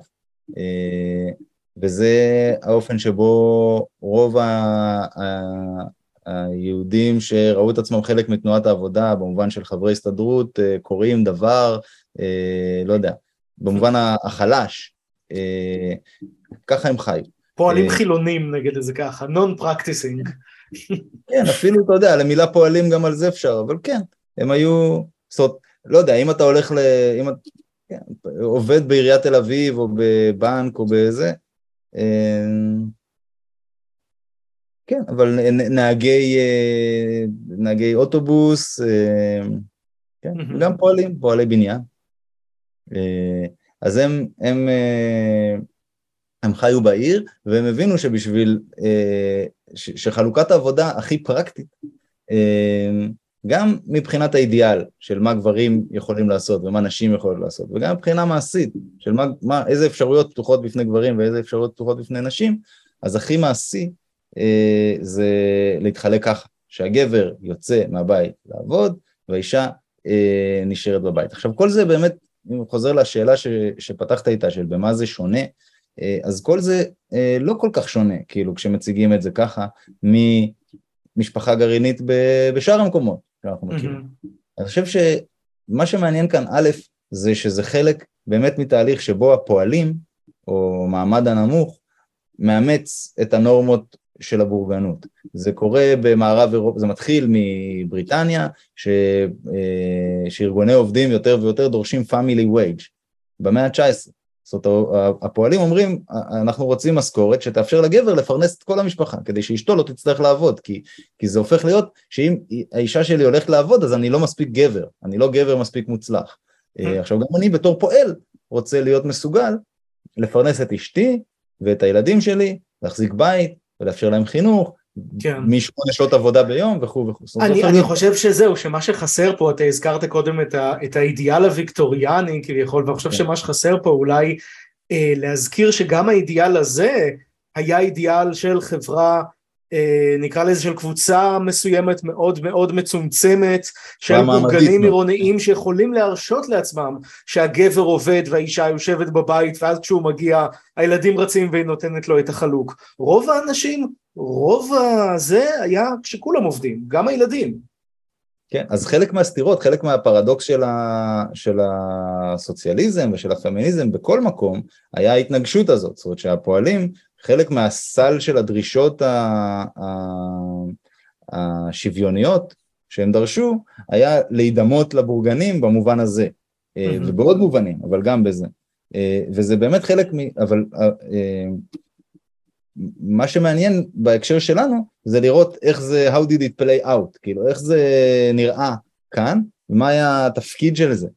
וזה האופן שבו רוב ה, ה, היהודים שראו את עצמם חלק מתנועת העבודה, במובן של חברי הסתדרות, קוראים דבר, לא יודע, במובן החלש, ככה הם חיו. פועלים חילונים נגד איזה ככה, non-practicing. כן, אפילו, אתה יודע, למילה פועלים גם על זה אפשר, אבל כן, הם היו, זאת אומרת, לא יודע, אם אתה הולך ל... אם אתה כן, עובד בעיריית תל אביב, או בבנק, או באיזה, כן, אבל נהגי, נהגי אוטובוס, כן, גם פועלים, פועלי בניין. אז הם, הם, הם חיו בעיר, והם הבינו שבשביל אה, ש, שחלוקת העבודה הכי פרקטית, גם מבחינת האידיאל של מה גברים יכולים לעשות ומה נשים יכולות לעשות, וגם מבחינה מעשית של מה, מה, איזה אפשרויות פתוחות בפני גברים ואיזה אפשרויות פתוחות בפני נשים, אז הכי מעשי זה להתחלק ככה, שהגבר יוצא מהבית לעבוד, והאישה נשארת בבית. עכשיו, כל זה באמת, אם חוזר לשאלה ש, שפתחת איתה, של במה זה שונה, אז כל זה לא כל כך שונה, כאילו כשמציגים את זה ככה, ממשפחה גרעינית בשאר המקומות שאנחנו מכירים. אני חושב שמה שמעניין כאן, א', זה שזה חלק באמת מתהליך שבו הפועלים, או מעמד הנמוך, מאמץ את הנורמות של הבורגנות. זה קורה במערב אירופה, זה מתחיל מבריטניה, ש, שארגוני עובדים יותר ויותר דורשים family wage, במאה ה-תשע עשרה. זאת אומרת, הפועלים אומרים, אנחנו רוצים משכורת שתאפשר לגבר לפרנס את כל המשפחה, כדי שאשתו לא תצטרך לעבוד, כי, כי זה הופך להיות שאם האישה שלי הולכת לעבוד, אז אני לא מספיק גבר, אני לא גבר מספיק מוצלח. עכשיו, גם אני בתור פועל רוצה להיות מסוגל לפרנס את אשתי ואת הילדים שלי, להחזיק בית ולאפשר להם חינוך, כן. משמונה שעות עבודה ביום וכו' וכו'. אני, אני חושב שזהו, שמה שחסר פה, אתה הזכרת קודם את, ה, את האידיאל הוויקטוריאני כביכול, ואני חושב כן. שמה שחסר פה אולי אה, להזכיר שגם האידיאל הזה היה אידיאל של חברה, אה, נקרא לזה של קבוצה מסוימת מאוד מאוד מצומצמת, של בורגנים עירוניים שיכולים להרשות לעצמם שהגבר עובד והאישה יושבת בבית, ואז כשהוא מגיע הילדים רצים והיא נותנת לו את החלוק. רוב האנשים, רוב הזה היה כשכולם עובדים, גם הילדים. כן, אז חלק מהסתירות, חלק מהפרדוקס של, ה, של הסוציאליזם ושל הפמיניזם בכל מקום, היה ההתנגשות הזאת, זאת אומרת שהפועלים, חלק מהסל של הדרישות השוויוניות שהם דרשו, היה להידמות לבורגנים במובן הזה, ובעוד מובנים, אבל גם בזה. וזה באמת חלק מ... אבל מה שמעניין בהקשר שלנו, זה לראות איך זה, how did it play out, כאילו איך זה נראה כאן, ומה היה התפקיד של זה,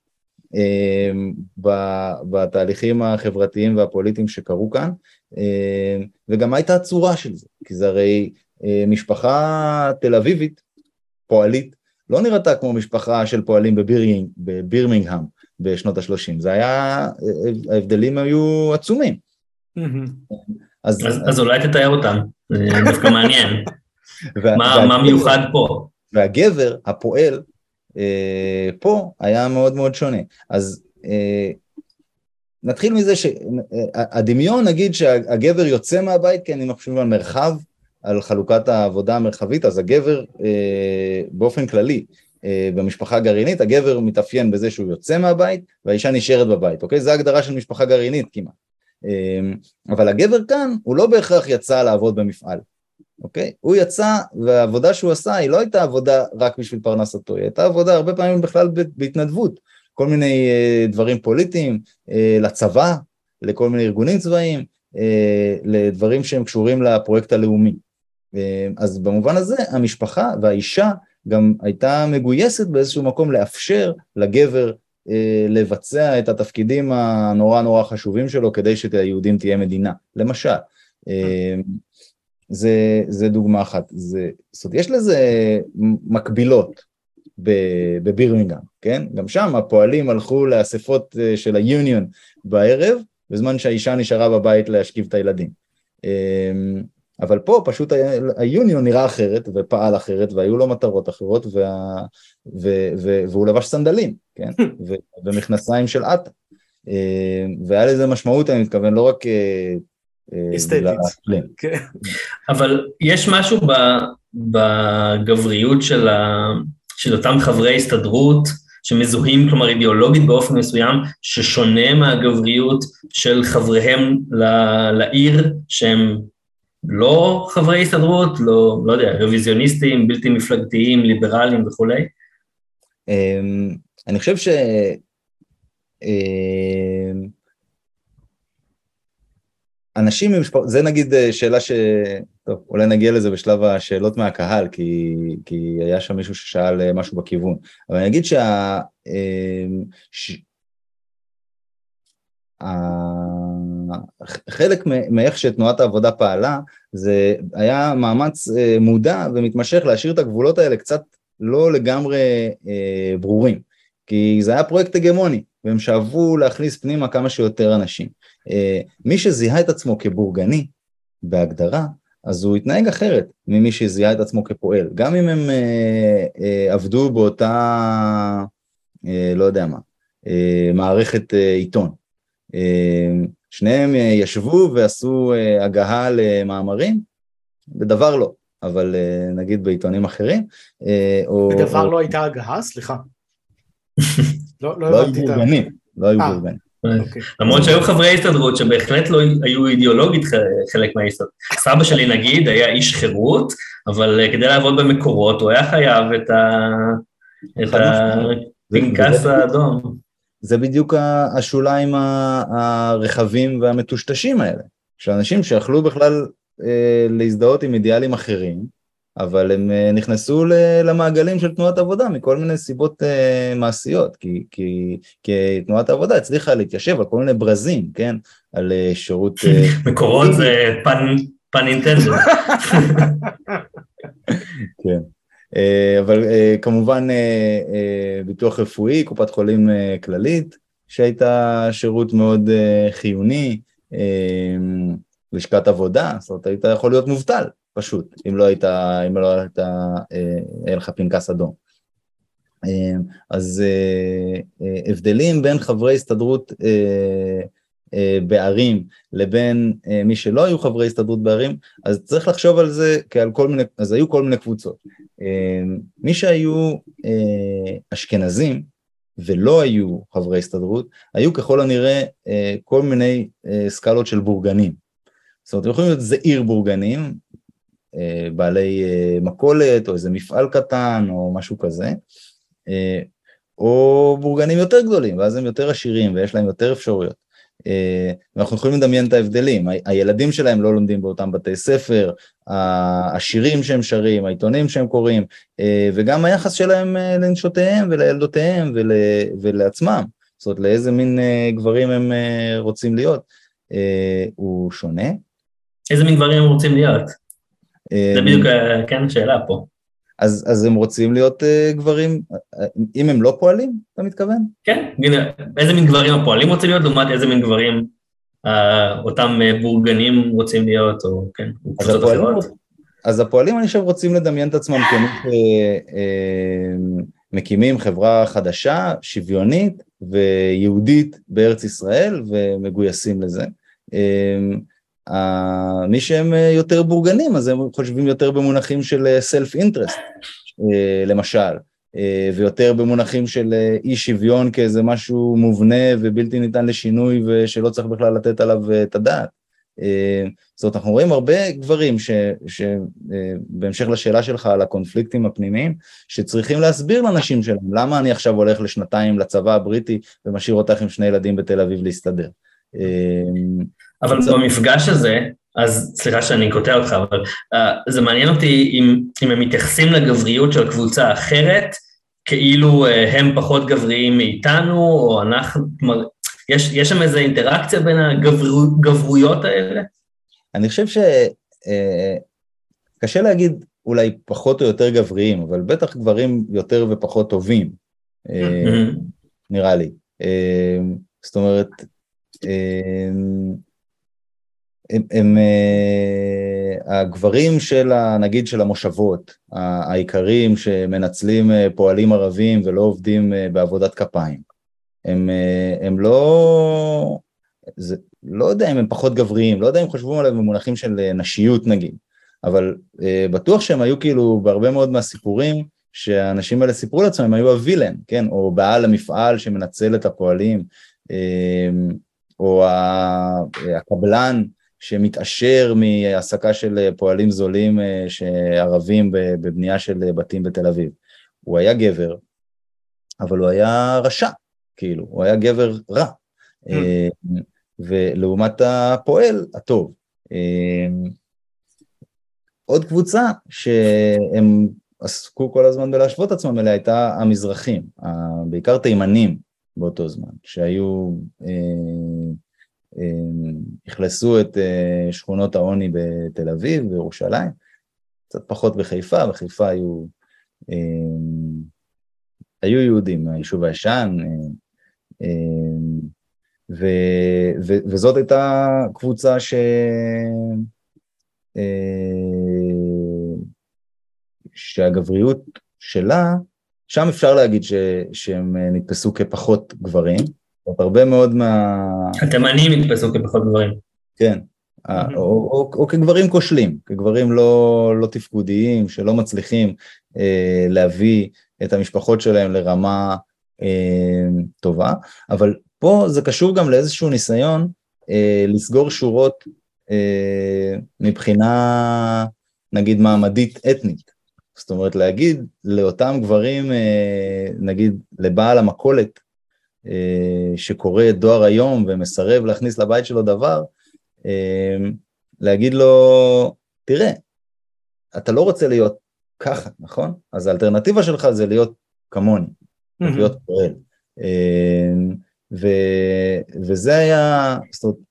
בתהליכים החברתיים והפוליטיים שקרו כאן, וגם מה הייתה הצורה של זה, כי זה הרי משפחה תל אביבית, פועלית, לא נראתה כמו משפחה של פועלים בבירמינג, בבירמינגהאם בשנות ה-שלושים, זה היה, ההבדלים היו עצומים. אז, אז, אז אולי תתאר אותם, זה דווקא מעניין, מה, מה מיוחד פה? והגבר, הפועל, פה היה מאוד מאוד שונה, אז נתחיל מזה שהדמיון נגיד שהגבר יוצא מהבית, כי אני חושב על מרחב, על חלוקת העבודה המרחבית, אז הגבר באופן כללי, במשפחה גרעינית, הגבר מתאפיין בזה שהוא יוצא מהבית, והאישה נשארת בבית, אוקיי? זו ההגדרה של משפחה גרעינית כמעט. אבל הגבר כאן, הוא לא בהכרח יצא לעבוד במפעל, אוקיי? הוא יצא, והעבודה שהוא עשה, היא לא הייתה עבודה רק בשביל פרנסתו, היא הייתה עבודה הרבה פעמים בכלל בהתנדבות, כל מיני דברים פוליטיים, לצבא, לכל מיני ארגונים צבאיים, לדברים שהם קשורים לפרויקט הלאומי. אז במובן הזה, המשפחה והאישה גם הייתה מגויסת באיזשהו מקום לאפשר לגבר לבצע את התפקידים הנורא נורא חשובים שלו, כדי שליהודים תהיה מדינה. למשל, זה, זה דוגמה אחת. זה, זאת אומרת, יש לזה מקבילות בבירמינגהאם, כן? גם שם הפועלים הלכו לאספות של היוניון בערב, בזמן שהאישה נשארה בבית להשכיב את הילדים. אבל פה פשוט היוניון נראה אחרת ופעל אחרת, והיו לו מטרות אחרות, וה, ו, ו, והוא לבש סנדלים, כן? ו, ומכנסיים של עטה. והיה לזה משמעות, אני מתכוון, לא רק אסתטית. כן. אבל יש משהו בגבריות של, ה, של אותם חברי הסתדרות, שמזוהים, כלומר אידיאולוגית באופן מסוים, ששונה מהגבריות של חבריהם לעיר, שהם לא חברי הסתדרות, לא, לא יודע, רוויזיוניסטים, בלתי מפלגתיים, ליברליים וכו'. אני חושב ש... אנשים ממשפחות, זה נגיד שאלה ש... טוב, אולי נגיע לזה בשלב השאלות מהקהל, כי, כי היה שם מישהו ששאל משהו בכיוון. אבל אני אגיד שה... ש... חלק מאיך שתנועת העבודה פעלה, זה היה מאמץ מודע ומתמשך להשאיר את הגבולות האלה קצת לא לגמרי ברורים, כי זה היה פרויקט הגמוני, והם שאבו להכניס פנימה כמה שיותר אנשים. מי שזיהה את עצמו כבורגני, בהגדרה, אז הוא התנהג אחרת ממי שזיהה את עצמו כפועל, גם אם הם עבדו באותה, לא יודע מה, מערכת עיתון. שניהם ישבו ועשו הגהה למאמרים, בדבר לא, אבל נגיד בעיתונים אחרים. בדבר לא הייתה הגהה? סליחה. לא היו בורגנים, לא היו בורגנים. למרות שהיו חברי הסתדרות שבהחלט לא היו אידיאולוגית חלק מההסתדרות. סבא שלי נגיד היה איש חירות, אבל כדי לעבוד במקורות הוא היה חייב את הפנקס האדום. זה בדיוק השוליים הרחבים והמטושטשים האלה, של אנשים שיכלו בכלל להזדהות עם אידיאלים אחרים, אבל הם נכנסו למעגלים של תנועת עבודה מכל מיני סיבות מעשיות, כי, כי, כי תנועת העבודה הצליחה להתיישב על כל מיני ברזים, כן? על שירות... מקורות זה פן אינטנדנט. כן. אבל כמובן ביטוח רפואי, קופת חולים כללית, שהייתה שירות מאוד חיוני, לשכת עבודה, זאת אומרת, היית יכול להיות מובטל, פשוט, אם לא הייתה, אם לא הייתה, היה לך פנקס אדום. אז הבדלים בין חברי הסתדרות בערים לבין מי שלא היו חברי הסתדרות בערים, אז צריך לחשוב על זה כעל כל מיני, אז היו כל מיני קבוצות. מי שהיו אשכנזים ולא היו חברי הסתדרות, היו ככל הנראה כל מיני סקלות של בורגנים. זאת אומרת, הם יכולים להיות זעיר בורגנים, בעלי מקולת או איזה מפעל קטן או משהו כזה, או בורגנים יותר גדולים, ואז הם יותר עשירים ויש להם יותר אפשרויות. ואנחנו יכולים לדמיין את ההבדלים, הילדים שלהם לא לומדים באותם בתי ספר, השירים שהם שרים, העיתונים שהם קוראים, וגם היחס שלהם לנשותיהם ולילדותיהם ול, ולעצמם, זאת אומרת לאיזה מין גברים הם רוצים להיות, הוא שונה. איזה מין גברים הם רוצים להיות? זה בדיוק, כן, השאלה פה. אז, אז הם רוצים להיות uh, גברים, אם הם לא פועלים, אתה מתכוון? כן, איזה מין גברים הפועלים רוצים להיות, לעומת איזה מין גברים uh, אותם uh, בורגנים רוצים להיות, או כן, קבוצות אחרות. אז הפועלים אני חושב רוצים לדמיין את עצמם כמי שמקימים חברה חדשה, שוויונית ויהודית בארץ ישראל, ומגויסים לזה. מי שהם יותר בורגנים, אז הם חושבים יותר במונחים של self-interest, למשל, ויותר במונחים של אי שוויון כאיזה משהו מובנה ובלתי ניתן לשינוי ושלא צריך בכלל לתת עליו את הדעת. זאת אומרת, אנחנו רואים הרבה גברים שבהמשך לשאלה שלך על הקונפליקטים הפנימיים, שצריכים להסביר לאנשים שלהם, למה אני עכשיו הולך לשנתיים לצבא הבריטי ומשאיר אותך עם שני ילדים בתל אביב להסתדר. אבל במפגש הזה, אז סליחה שאני קוטע אותך, אבל uh, זה מעניין אותי אם, אם הם מתייחסים לגבריות של קבוצה אחרת, כאילו uh, הם פחות גבריים מאיתנו, או אנחנו, כלומר, יש, יש שם איזו אינטראקציה בין הגברויות האלה? אני חושב שקשה uh, להגיד אולי פחות או יותר גבריים, אבל בטח גברים יותר ופחות טובים, uh, נראה לי. Uh, זאת אומרת, uh, הם, הם הגברים של, נגיד, של המושבות, העיקרים שמנצלים פועלים ערבים ולא עובדים בעבודת כפיים. הם, הם לא, זה, לא יודע אם הם פחות גבריים, לא יודע אם חושבים עליהם במונחים של נשיות נגיד, אבל בטוח שהם היו כאילו בהרבה מאוד מהסיפורים שהאנשים האלה סיפרו לעצמם, הם היו הווילן, כן? או בעל המפעל שמנצל את הפועלים, או הקבלן, שמתאשר מהעסקה של פועלים זולים שערבים בבנייה של בתים בתל אביב. הוא היה גבר, אבל הוא היה רשע, כאילו, הוא היה גבר רע, ולעומת הפועל הטוב. עוד קבוצה שהם עסקו כל הזמן בלהשוות עצמם אליה, הייתה המזרחים, בעיקר תימנים באותו זמן, שהיו הכלסו את שכונות העוני בתל אביב, בירושלים, קצת פחות בחיפה, בחיפה היו, היו יהודים, היישוב הישן, ו, ו, וזאת הייתה קבוצה ש, שהגבריות שלה, שם אפשר להגיד ש, שהם נתפסו כפחות גברים, הרבה מאוד מה... התימנים נתפסו כפחות גברים. כן, או, או, או כגברים כושלים, כגברים לא, לא תפקודיים, שלא מצליחים אה, להביא את המשפחות שלהם לרמה אה, טובה, אבל פה זה קשור גם לאיזשהו ניסיון אה, לסגור שורות אה, מבחינה, נגיד, מעמדית אתנית. זאת אומרת, להגיד לאותם גברים, אה, נגיד, לבעל המכולת, אה, שקורא את דואר היום ומסרב להכניס לבית שלו דבר, אה, להגיד לו, תראה, אתה לא רוצה להיות ככה, נכון? אז האלטרנטיבה שלך זה להיות כמוני, mm-hmm. להיות פועל. אה, ו, וזה היה, זאת אומרת,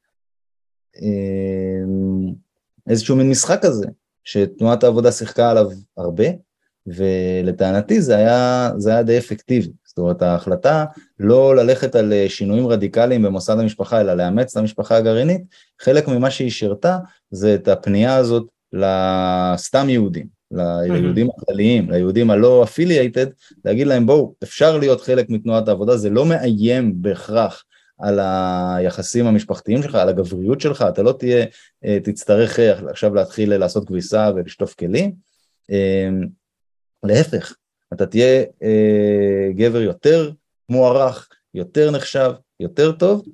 איזשהו מין משחק כזה, שתנועת העבודה שיחקה עליו הרבה, ולטענתי זה היה, זה היה די אפקטיבי. זאת אומרת, ההחלטה לא ללכת על שינויים רדיקליים במוסד המשפחה, אלא לאמץ את המשפחה הגרעינית, חלק ממה שהיא שירתה, זה את הפנייה הזאת לסתם יהודים, ליהודים הכלליים, ליהודים הלא affiliated, להגיד להם, בואו, אפשר להיות חלק מתנועת העבודה, זה לא מאיים בהכרח על היחסים המשפחתיים שלך, על הגבריות שלך, אתה לא תהיה, תצטרך עכשיו להתחיל לעשות כביסה ולשטוף כלים, להפך, אתה תהיה גבר יותר מוערך, יותר נחשב, יותר טוב,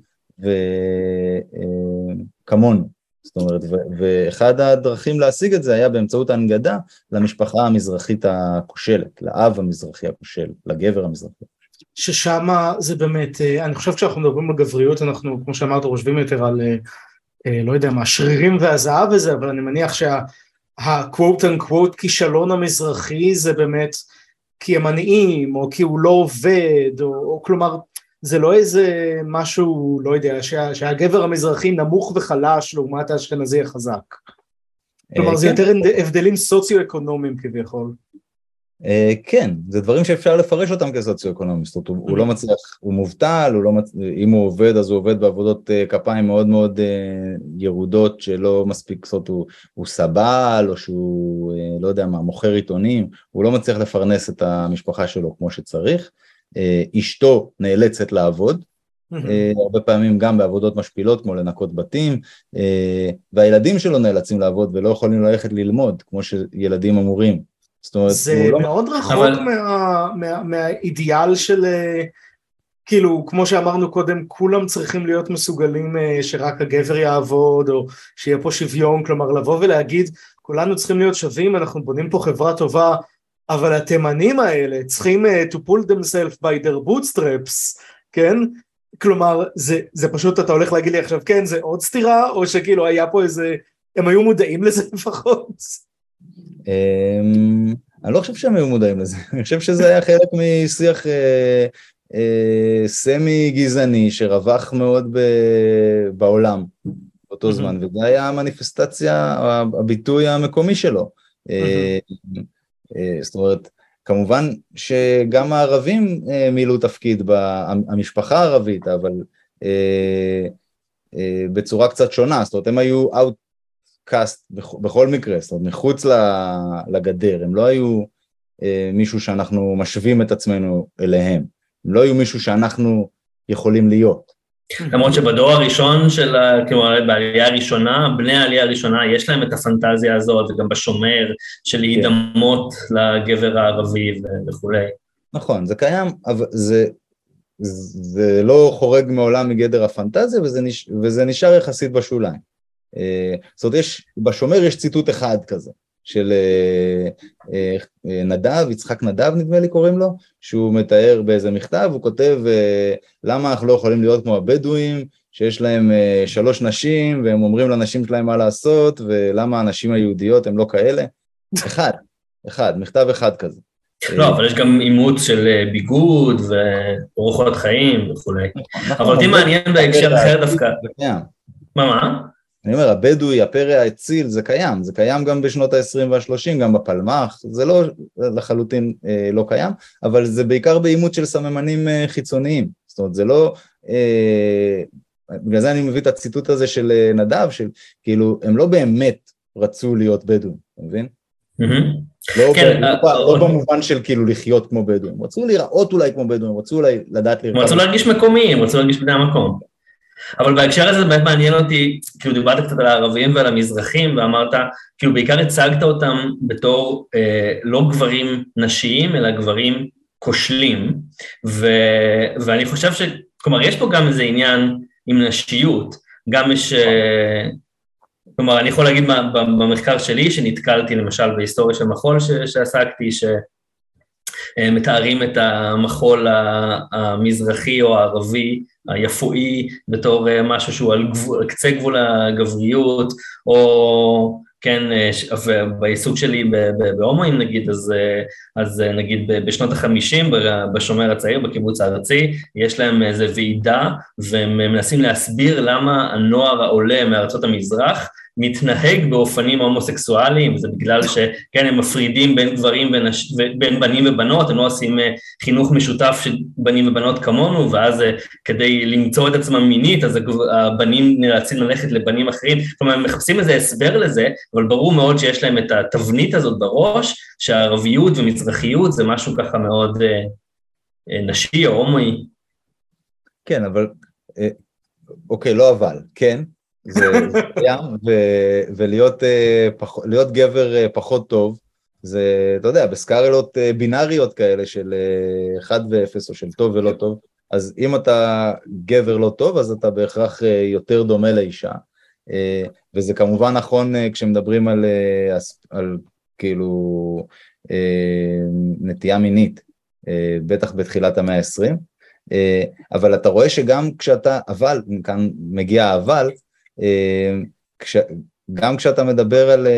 וכמונו. זאת אומרת, ואחד הדרכים להשיג את זה היה באמצעות ההנגדה למשפחה המזרחית הכושלת, לאב המזרחי הכושל, לגבר המזרחי. ששם זה באמת, אני חושב שאנחנו מדברים על גבריות, אנחנו, כמו שאמרת, חושבים יותר על, לא יודע מה, שרירים והזהב וזה, אבל אני מניח שה-quote unquote כישלון המזרחי זה באמת כי הם עניים, או כי הוא לא עובד, או, או כלומר, זה לא איזה משהו, לא יודע, שה, שהגבר המזרחי נמוך וחלש לעומת האשכנזי החזק. כלומר, זה יותר הבדלים סוציו-אקונומיים כביכול. כן, זה דברים שאפשר לפרש אותם כסוציו-אקונומיים, זאת אומרת, הוא לא מצליח, הוא מובטל, אם הוא עובד, אז הוא עובד בעבודות כפיים מאוד מאוד ירודות, שלא מספיק, זאת אומרת, הוא סבל, או שהוא, לא יודע מה, מוכר עיתונים, הוא לא מצליח לפרנס את המשפחה שלו כמו שצריך, אשתו נאלצת לעבוד, הרבה פעמים גם בעבודות משפילות, כמו לנקות בתים, והילדים שלו נאלצים לעבוד, ולא יכולים ללכת ללמוד, כמו שילדים אמורים. אומרת, זה מאוד לא... רחוק אבל... מה, מה, מהאידיאל של, כאילו, כמו שאמרנו קודם, כולם צריכים להיות מסוגלים שרק הגבר יעבוד, או שיהיה פה שוויון, כלומר, לבוא ולהגיד, כולנו צריכים להיות שווים, אנחנו בונים פה חברה טובה, אבל התימנים האלה צריכים to pull themselves by their bootstraps, כן? כלומר, זה, זה פשוט, אתה הולך להגיד לי עכשיו, כן, זה עוד סתירה, או שכאילו היה פה איזה, הם היו מודעים לזה לפחות? אני לא חושב שהם היו מודעים לזה, אני חושב שזה היה חלק משיח סמי גזעני שרווח מאוד בעולם באותו זמן, וזה היה המניפסטציה, הביטוי המקומי שלו. זאת אומרת, כמובן שגם הערבים מילאו תפקיד במשפחה הערבית, אבל בצורה קצת שונה, זאת אומרת, הם היו out קאסט בכל מקרה, זאת אומרת, מחוץ לגדר, הם לא היו אה, מישהו שאנחנו משווים את עצמנו אליהם, הם לא היו מישהו שאנחנו יכולים להיות. למרות שבדור הראשון של, כאילו, בעלייה הראשונה, בני העלייה הראשונה, יש להם את הפנטזיה הזאת, וגם בשומר, של להידמות לגבר הערבי וכו'. נכון, זה קיים, אבל זה, זה לא חורג מעולם מגדר הפנטזיה, וזה, נש, וזה נשאר יחסית בשוליים. זאת אומרת, יש, בשומר יש ציטוט אחד כזה, של נדב, יצחק נדב נדמה לי קוראים לו, שהוא מתאר באיזה מכתב, הוא כותב, למה אנחנו לא יכולים להיות כמו הבדואים, שיש להם שלוש נשים, והם אומרים לנשים שלהם מה לעשות, ולמה הנשים היהודיות הם לא כאלה, אחד, אחד, מכתב אחד כזה, לא, אבל יש גם אימוץ של ביגוד ואורחות חיים וכולי. אבל אותי מעניין בהקשר אחר דווקא. מה, מה? אני אומר, הבדואי, הפרא האציל, זה קיים, זה קיים גם בשנות ה-עשרים וה-שלושים, גם בפלמ"ח, זה לא לחלוטין אה, לא קיים, אבל זה בעיקר באימות של סממנים אה, חיצוניים, זאת אומרת, זה לא, אה, בגלל זה אני מביא את הציטוט הזה של אה, נדב, של כאילו, הם לא באמת רצו להיות בדואים, אתה מבין? לא, כן, ב, לא, לא במובן של כאילו לחיות כמו בדואים, הם רצו להיראות אולי כמו בדואים, רצו אולי לדעת לראות. הם רצו להרגיש מקומיים, רצו להרגיש בני המקום. אבל בהקשר הזה באמת מעניין אותי, כאילו דיברת קצת על הערבים ועל המזרחים, ואמרת, כאילו בעיקר הצגת אותם בתור אה, לא גברים נשיים, אלא גברים כושלים, ו, ואני חושב ש, כלומר, יש פה גם איזה עניין עם נשיות, גם יש, אה, כלומר, אני יכול להגיד במחקר שלי, שנתקלתי למשל בהיסטוריה של מחול ש, שעסקתי, ש... מתארים את המחול המזרחי או הערבי, היפואי, בתור משהו שהוא על גבול, קצה גבול הגבריות, או כן, בעיסוק שלי בהומואים נגיד, אז, אז נגיד בשנות החמישים, בשומר הצעיר, בקיבוץ הארצי, יש להם איזו ועידה, והם מנסים להסביר למה הנוער העולה מארצות המזרח, מתנהג באופנים הומוסקסואליים, זה בגלל שכן, הם מפרידים בין גברים ונש... בין בנים ובנות, הם לא עושים חינוך משותף של בנים ובנות כמונו, ואז כדי למצוא את עצמם מינית, אז הבנים נאלצים ללכת לבנים אחרים, כלומר, הם מחפשים איזה הסבר לזה, אבל ברור מאוד שיש להם את התבנית הזאת בראש, שהערביות ומזרחיות זה משהו ככה מאוד נשי או הומואי. כן, אבל, אוקיי, לא אבל, כן, זה קיים, ולהיות להיות גבר פחות טוב, זה, אתה יודע, בסקאלות בינאריות כאלה של אחד ואפס, או של טוב ולא טוב, אז אם אתה גבר לא טוב, אז אתה בהכרח יותר דומה לאישה, וזה כמובן נכון כשמדברים על, על כאילו נטייה מינית, בטח בתחילת המאה ה-עשרים, אבל אתה רואה שגם כשאתה, אבל, כאן מגיע האבל, כש, גם כשאתה מדבר על,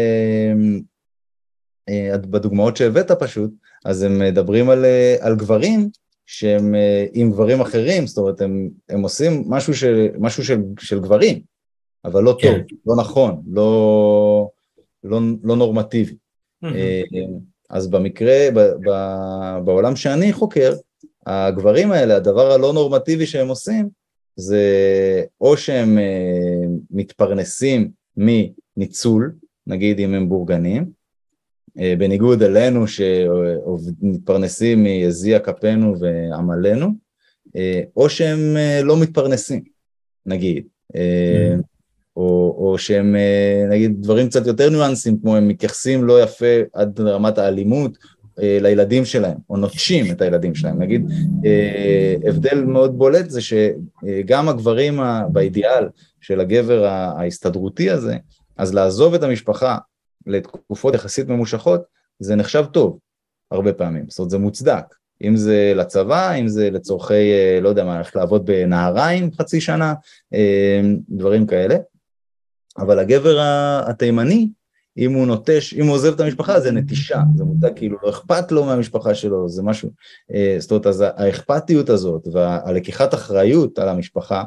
בדוגמאות שהבאת פשוט, אז הם מדברים על, על גברים שהם עם גברים אחרים, זאת אומרת, הם, הם עושים משהו, של, משהו של, של גברים, אבל לא טוב, לא נכון, לא, לא, לא נורמטיבי. אז במקרה, ב, ב, בעולם שאני חוקר, הגברים האלה, הדבר הלא נורמטיבי שהם עושים, זה או שהם מתפרנסים מניצול, נגיד אם הם בורגנים, בניגוד אלינו שמתפרנסים מיזיע כפינו ועמלנו, או שהם לא מתפרנסים, נגיד, או, או שהם, נגיד, דברים קצת יותר ניואנסים, כמו הם מתייחסים לא יפה עד רמת האלימות, לילדים שלהם, או נוטשים את הילדים שלהם. נגיד, הבדל מאוד בולט זה שגם הגברים באידיאל של הגבר ההסתדרותי הזה, אז לעזוב את המשפחה לתקופות יחסית ממושכות, זה נחשב טוב, הרבה פעמים. זאת אומרת, זה מוצדק. אם זה לצבא, אם זה לצורכי, לא יודע מה, איך לעבוד בנהריים חצי שנה, דברים כאלה. אבל הגבר התימני, אם הוא נוטש, אם הוא עוזב את המשפחה, זה נטישה, זה מודע, כאילו לא אכפת לו מהמשפחה שלו, זה משהו, זאת אומרת, אז האכפתיות הזאת, והלקיחת אחריות על המשפחה,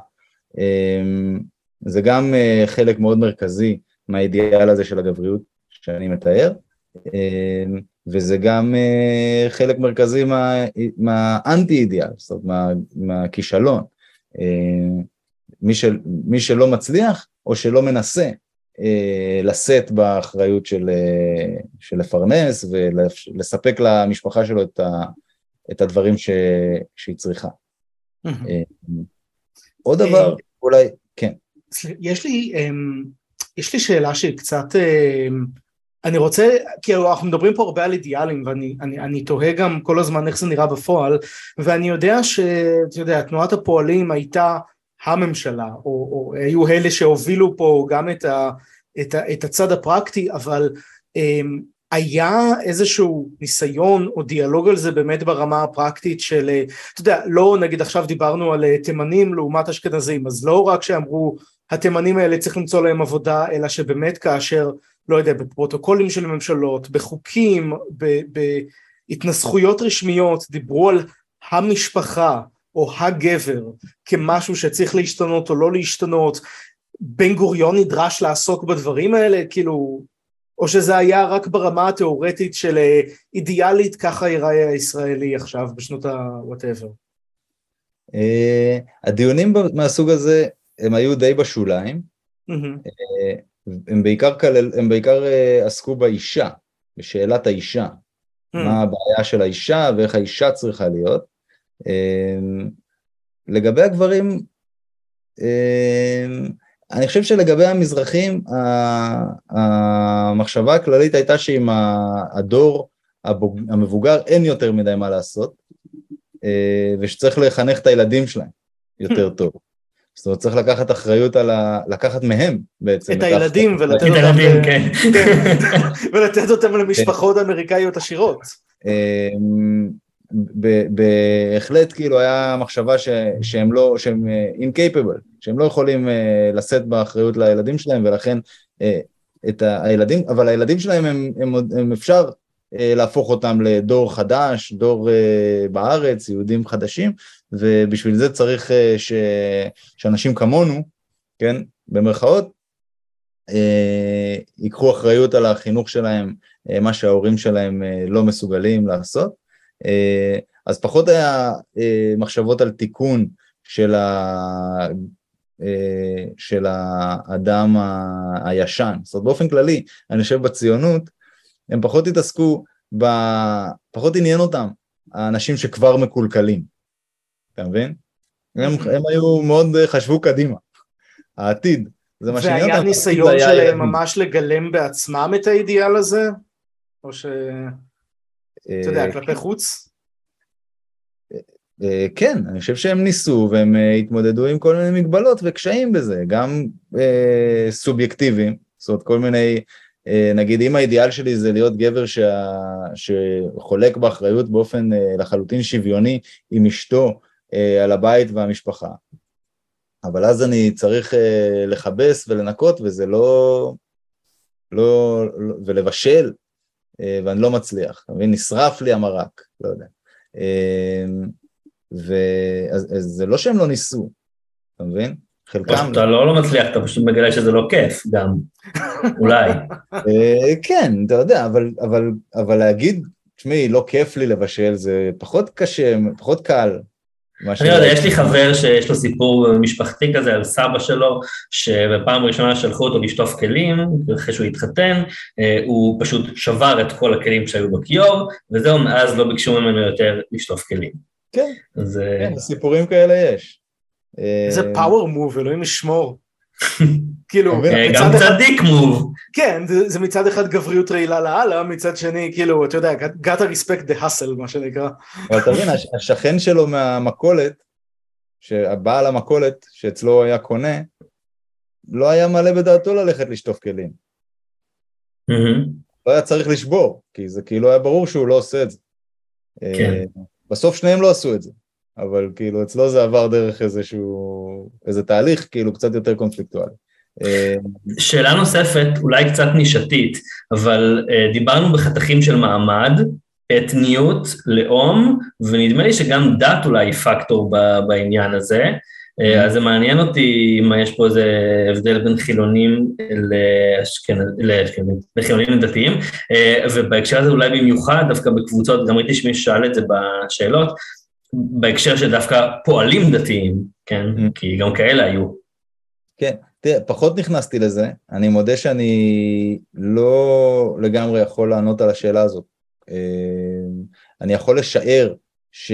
זה גם חלק מאוד מרכזי מהאידיאל הזה של הגבריות שאני מתאר, וזה גם חלק מרכזי מה, מהאנטי אידיאל, זאת אומרת, מה, מהכישלון, מי, של, מי שלא מצליח, או שלא מנסה, לשאת באחריות של, של לפרנס ולספק למשפחה שלו את, ה, את הדברים ש, שהיא צריכה. עוד דבר, אולי, כן. יש לי, יש לי שאלה שהיא קצת, אני רוצה, כי אנחנו מדברים פה הרבה על אידיאלים, ואני אני, אני תוהה גם כל הזמן איך זה נראה בפועל, ואני יודע שאתה יודע, תנועת הפועלים הייתה הממשלה, או, או היו אלה שהובילו פה גם את, ה, את, ה, את הצד הפרקטי, אבל um, היה איזשהו ניסיון או דיאלוג על זה באמת ברמה הפרקטית של, אתה יודע, לא נגיד עכשיו דיברנו על תימנים לעומת אשכנזים, אז לא רק שאמרו, התימנים האלה צריך למצוא להם עבודה, אלא שבאמת כאשר, לא יודע, בפרוטוקולים של ממשלות, בחוקים, ב, ב, התנסחויות רשמיות דיברו על המשפחה או הגבר כמשהו שצריך להשתנות או לא להשתנות, בן גוריון נדרש לעסוק בדברים האלה, כאילו, או שזה היה רק ברמה התיאורטית של אידיאלית, ככה ייראה הישראלי עכשיו בשנות ה-whatever. הדיונים מהסוג הזה הם היו די בשוליים, הם בעיקר, הם בעיקר עסקו באישה, בשאלת האישה, מה הבעיה של האישה ואיך האישה צריכה להיות. לגבי הגברים, אני חושב שלגבי המזרחים, המחשבה הכללית הייתה שעם הדור המבוגר אין יותר מדי מה לעשות, ושצריך לחנך את הילדים שלהם יותר טוב. זאת אומרת, צריך לקחת אחריות על ה... לקחת מהם בעצם. את הילדים ולתת אותם... ולתת אותם למשפחות אמריקאיות עשירות. בהחלט כאילו היה מחשבה שהם לא, שהם incapable, שהם לא יכולים לשאת באחריות לילדים שלהם, ולכן את הילדים, אבל הילדים שלהם הם אפשר להפוך אותם לדור חדש, דור בארץ, יהודים חדשים, ובשביל זה צריך ש... שאנשים כמונו, כן, במרכאות, ייקחו אחריות על החינוך שלהם, מה שההורים שלהם לא מסוגלים לעשות. אז פחות היה מחשבות על תיקון של, ה... של האדם הישן. זאת אומרת, באופן כללי, אני חושב בציונות, הם פחות התעסקו, ב... פחות עניין אותם, האנשים שכבר מקולקלים. אתה מבין? הם, הם היו מאוד חשבו קדימה. העתיד, זה מה שעניין אותם. והיה ניסיון שלהם ממש לגלם בעצמם את האידיאל הזה? או ש... אתה יודע, כלפי חוץ? כן, אני חושב שהם ניסו, והם התמודדו עם כל מיני מגבלות וקשיים בזה, גם סובייקטיביים, זאת אומרת, כל מיני, נגיד, אם האידיאל שלי זה להיות גבר שה... שחולק באחריות באופן לחלוטין שוויוני עם אשתו על הבית והמשפחה, אבל אז אני צריך לחבס ולנקות, וזה לא, לא, ולבשל, ואני לא מצליח, נשרף לי המרק, לא יודע. ואז זה לא שהם לא ניסו, אתה מבין? חלקם... אתה לא לא מצליח, אתה פשוט מגלה שזה לא כיף גם, אולי. כן, אתה יודע, אבל להגיד, תשמעי, לא כיף לי לבשל, זה פחות קשה, פחות קל. אני יודע, יש לי חבר שיש לו סיפור משפחתי כזה על סבא שלו, שבפעם ראשונה שלחו אותו לשטוף כלים, אחרי שהוא התחתן, הוא פשוט שבר את כל הכלים שהיו בכיור, וזהו, מאז לא ביקשו ממנו יותר לשטוף כלים. כן, סיפורים כאלה יש. זה פאוור מוב, אלוהים ישמור. כאילו, גם צדיק מוב. כן, זה מצד אחד גבריות רעילה לאללה, מצד שני, כאילו, אתה יודע, got to respect the hustle, מה שנקרא. אבל אתה מבין, השכן שלו מהמקולת, שהבעל המקולת, שאצלו היה קונה, לא היה מלא בדעתו ללכת לשטוף כלים. לא היה צריך לשבור, כי זה כאילו היה ברור שהוא לא עושה את זה. כן. בסוף שניהם לא עשו את זה. אבל כאילו אצלו זה עבר דרך איזשהו, איזה תהליך כאילו קצת יותר קונפליקטואלי. שאלה נוספת, אולי קצת נישתית, אבל דיברנו בחתכים של מעמד, אתניות, לאום, ונדמה לי שגם דת אולי פקטור בעניין הזה, אז זה מעניין אותי אם יש פה איזה הבדל בין חילונים לחילונים לדתיים, ובהקשר הזה אולי במיוחד, דווקא בקבוצות, גם ראיתי שמי ששאל את זה בשאלות, בהקשר שדווקא פועלים דתיים, כן? כי גם כאלה היו. כן, תראה, פחות נכנסתי לזה, אני מודה שאני לא לגמרי יכול לענות על השאלה הזאת. אני יכול לשער ש...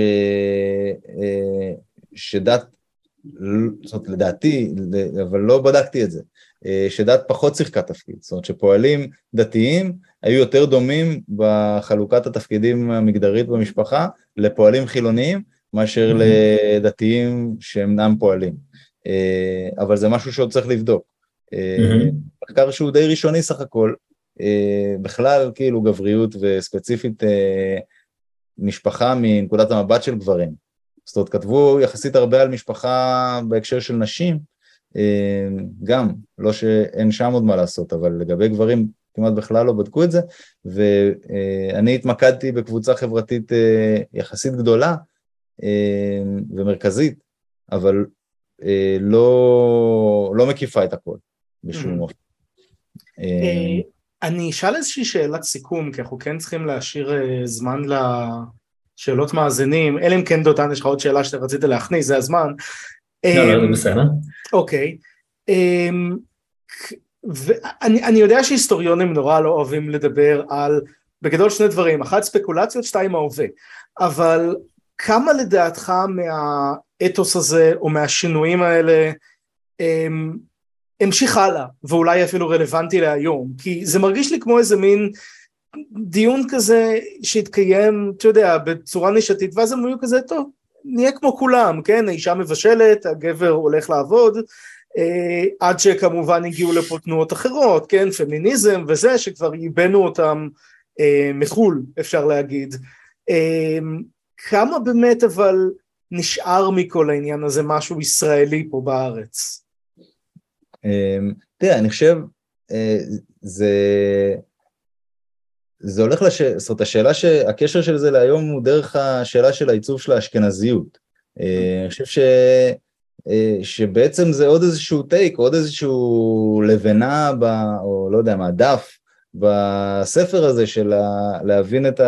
שדת, זאת אומרת, לדעתי, אבל לא בדקתי את זה, שדת פחות שיחקה תפקיד, זאת אומרת שפועלים דתיים היו יותר דומים בחלוקת התפקידים המגדרית במשפחה לפועלים חילוניים, מאשר לדתיים שאינם פועלים. אבל זה משהו שעוד צריך לבדוק. מחקר שהוא די ראשוני סך הכל, בכלל כאילו גבריות וספציפית משפחה מנקודת המבט של גברים. זאת אומרת, כתבו יחסית הרבה על משפחה בהקשר של נשים, גם, לא שאין שם עוד מה לעשות, אבל לגבי גברים כמעט בכלל לא בדקו את זה, ואני התמקדתי בקבוצה חברתית יחסית גדולה ומרכזית, אבל לא, לא מקיפה את הכל בשום אופן. אני אשאל איזושהי שאלת סיכום, כי אנחנו כן צריכים להשאיר זמן לשאלות מאזינים, אלא אם כן דותן, יש לך עוד שאלה שאתה רצית להכניס, זה הזמן. לא, לא, זה בסדר. אוקיי. ואני יודע שהיסטוריונים נורא לא אוהבים לדבר על, בגדול שני דברים, אחת ספקולציות, שתיים ההווה, אבל כמה לדעתך מהאתוס הזה, או מהשינויים האלה, המשיך הלאה, ואולי אפילו רלוונטי להיום, כי זה מרגיש לי כמו איזה מין דיון כזה שהתקיים, אתה יודע, בצורה נישתית, ואז הם היו כזה, טוב, נהיה כמו כולם, כן, האישה מבשלת, הגבר הולך לעבוד, אה, עד שכמובן הגיעו לפה תנועות אחרות, כן, פמיניזם וזה, שכבר ייבנו אותם אה, מחול, אפשר להגיד. אה, כמה באמת אבל נשאר מכל העניין הזה משהו ישראלי פה בארץ? תראה, אני חושב, זה, זה הולך לש... זאת אומרת, השאלה שהקשר של זה להיום הוא דרך השאלה של העיצוב של האשכנזיות. אני חושב ש... שבעצם זה עוד איזשהו טייק, עוד איזשהו לבנה, ב... או לא יודע מה, דף, בספר הזה של להבין את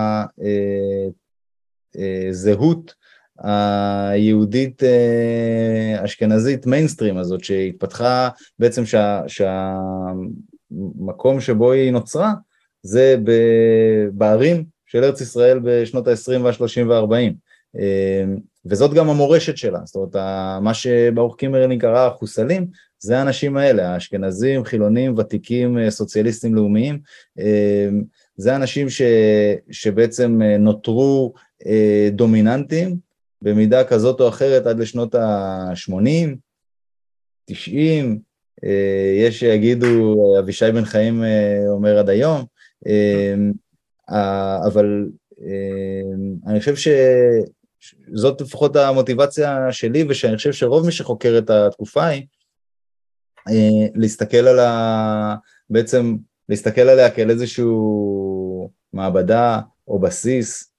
הזהות היהודית אשכנזית מיינסטרים הזאת, שהתפתחה בעצם שה, שהמקום שבו היא נוצרה, זה בערים של ארץ ישראל בשנות ה-עשרים וה-שלושים וה-ארבעים, וזאת גם המורשת שלה, זאת אומרת, מה שברוך קימרלינג קרא החוסלים, זה האנשים האלה, האשכנזים, חילונים, ותיקים, סוציאליסטים לאומיים, זה האנשים ש, שבעצם נותרו דומיננטיים, במידה כזאת או אחרת עד לשנות ה-שמונים, תשעים, יש שיגידו, אבישי בן חיים אומר עד היום, אבל אני חושב שזאת לפחות המוטיבציה שלי, ושאני חושב שרוב מי שחוקר את התקופה היא, להסתכל על ה... בעצם להסתכל עליה כאל איזשהו מעבדה או בסיס,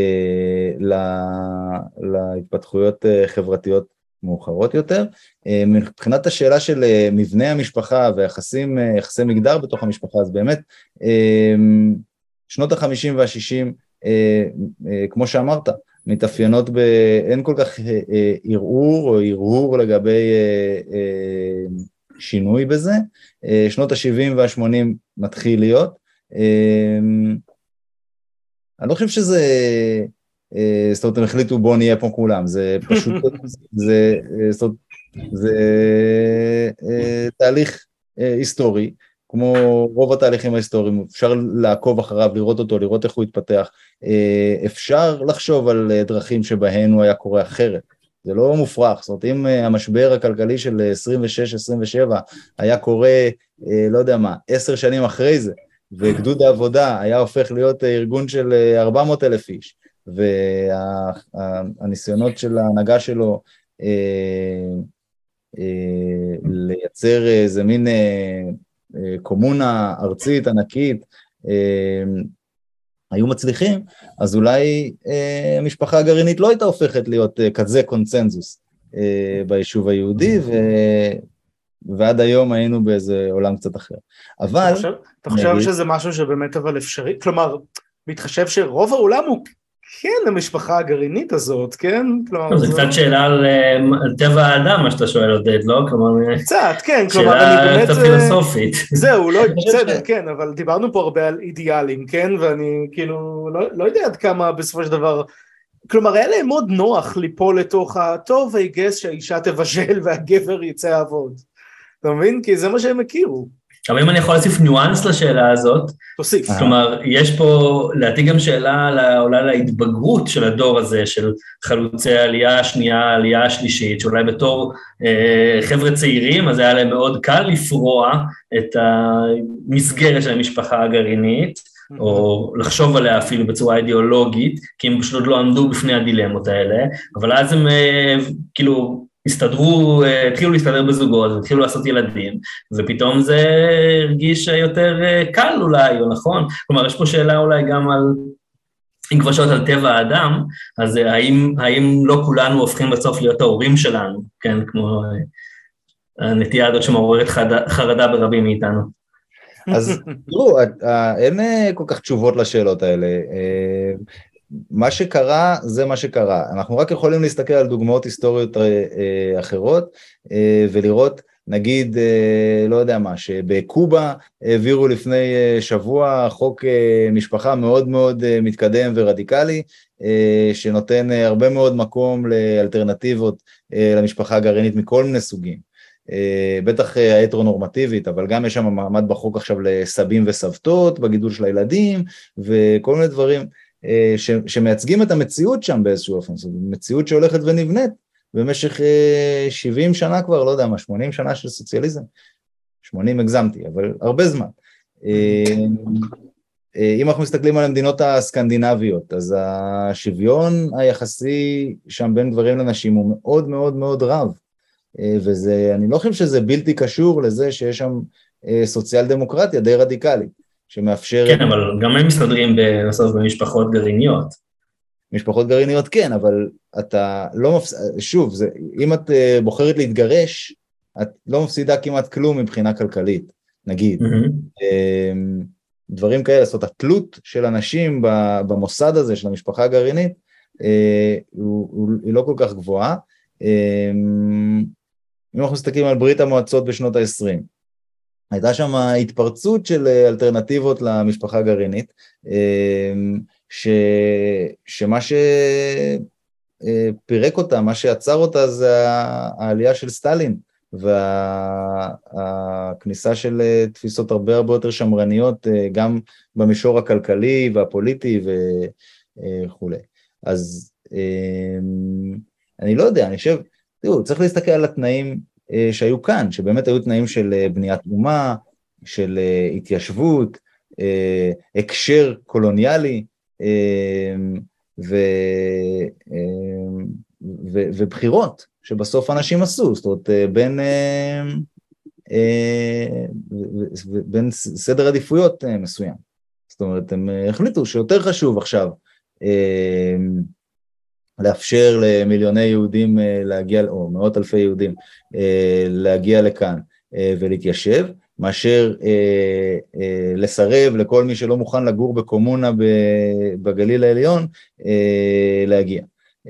להתפתחויות חברתיות מאוחרות יותר. מבחינת השאלה של מבנה המשפחה ויחסים, יחסי מגדר בתוך המשפחה, אז באמת שנות ה-חמישים וה-שישים, כמו שאמרת, מתאפיינות באין כל כך ערעור או ערעור לגבי שינוי בזה. שנות ה-שבעים וה-שמונים מתחיל להיות, אני לא חושב שזה, זאת אומרת, הם החליטו בוא נהיה פה כולם, זה פשוט, זה, זאת אומרת, זה תהליך היסטורי, כמו רוב התהליכים ההיסטוריים, אפשר לעקוב אחריו, לראות אותו, לראות איך הוא התפתח, אפשר לחשוב על דרכים שבהן הוא היה קורה אחרת, זה לא מופרך, זאת אומרת, אם המשבר הכלכלי של עשרים ושש עשרים ושבע היה קורה, לא יודע מה, עשר שנים אחרי זה, וגדוד העבודה היה הופך להיות ארגון של ארבע מאות אלף איש, והניסיונות של ההנהגה שלו לייצר איזה מין קומונה ארצית ענקית, היו מצליחים, אז אולי המשפחה הגרעינית לא הייתה הופכת להיות כזה קונצנזוס ביישוב היהודי, ו... ועד היום היינו באיזה עולם קצת אחר. אבל... אתה חושב שזה משהו שבאמת אבל אפשרי? כלומר, מתחשב שרוב העולם הוא כן המשפחה הגרעינית הזאת, כן? זה קצת שאלה על טבע האדם, מה שאתה שואל עודד, לא? קצת, כן. שאלה קצת פילוסופית. זהו, לא, בסדר, כן, אבל דיברנו פה הרבה על אידיאלים, כן? ואני כאילו לא יודע עד כמה בסופו של דבר... כלומר, היה להם מאוד נוח ליפול לתוך הטוב, היגס שהאישה תבשל והגבר יצא לעבוד. אתה מבין? כי זה מה שהם הכירו. אבל אם אני יכול להוסיף ניואנס לשאלה הזאת, תוסיף. כלומר, יש פה, לדעתי גם שאלה עולה להתבגרות של הדור הזה, של חלוצי העלייה השנייה, העלייה השלישית, שאולי בתור אה, חבר'ה צעירים, אז היה להם מאוד קל לפרוע את המסגרת של המשפחה הגרעינית, או לחשוב עליה אפילו בצורה אידיאולוגית, כי הם פשוט לא עמדו בפני הדילמות האלה, אבל אז הם כאילו הסתדרו, התחילו להסתדר בזוגות, התחילו לעשות ילדים, ופתאום זה הרגיש יותר קל אולי, או נכון? כלומר, יש פה שאלה אולי גם על, אם כבר שואלת על טבע האדם, אז האם, האם לא כולנו הופכים בסוף להיות ההורים שלנו, כן, כמו הנטייה הזאת שמעוררת חרדה ברבים מאיתנו. אז תראו, אין כל כך תשובות לשאלות האלה. מה שקרה זה מה שקרה. אנחנו רק יכולים להסתכל על דוגמאות היסטוריות אחרות, ולראות, נגיד, לא יודע מה, שבקובה העבירו לפני שבוע חוק משפחה מאוד מאוד מתקדם ורדיקלי, שנותן הרבה מאוד מקום לאלטרנטיבות למשפחה הגרעינית מכל מיני סוגים. בטח ההטרונורמטיבית, אבל גם יש שם מעמד בחוק עכשיו לסבים וסבתות, בגידול של הילדים, וכל מיני דברים ש, שמייצגים את המציאות שם באיזשהו אופן, זאת מציאות שהולכת ונבנית, במשך שבעים שנה כבר, לא יודע מה, שמונים שנה של סוציאליזם, שמונים הגזמתי, אבל הרבה זמן. אם אנחנו מסתכלים על המדינות הסקנדינביות, אז השוויון היחסי שם בין גברים לנשים הוא מאוד מאוד מאוד רב, וזה, אני לא חושב שזה בלתי קשור לזה שיש שם סוציאל דמוקרטיה די רדיקלית, שמאפשר... כן, אבל גם הם מסתדרים בסוף במשפחות גרעיניות. משפחות גרעיניות כן, אבל אתה לא מפסיד, שוב, זה, אם את בוחרת להתגרש, את לא מפסידה כמעט כלום מבחינה כלכלית, נגיד. Mm-hmm. דברים כאלה, זאת אומרת, התלות של אנשים במוסד הזה, של המשפחה הגרעינית, היא לא כל כך גבוהה. אם אנחנו מסתכלים על ברית המועצות בשנות ה-עשרים, הייתה שם התפרצות של אלטרנטיבות למשפחה הגרעינית, ש... שמה שפירק אותה, מה שיצר אותה זה העלייה של סטלין, והכניסה של תפיסות הרבה הרבה יותר שמרניות, גם במישור הכלכלי והפוליטי וכו'. אז אני לא יודע, אני חושב, תראו, צריך להסתכל על התנאים שהיו כאן, שבאמת היו תנאים של בניית אומה, של התיישבות, הקשר קולוניאלי, ו, ו, ובחירות, שבסוף אנשים עשו, זאת אומרת, בין, בין סדר עדיפויות מסוים. זאת אומרת, הם החליטו שיותר חשוב עכשיו, לאפשר למיליוני יהודים להגיע, או מאות אלפי יהודים להגיע לכאן ולהתיישב, מאשר לסרב לכל מי שלא מוכן לגור בקומונה בגליל העליון להגיע.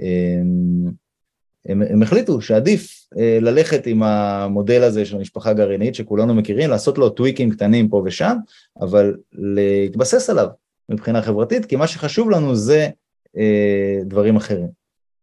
הם, הם החליטו שעדיף ללכת עם המודל הזה של המשפחה הגרעינית, שכולנו מכירים, לעשות לו טוויקים קטנים פה ושם, אבל להתבסס עליו מבחינה חברתית, כי מה שחשוב לנו זה דברים אחרים.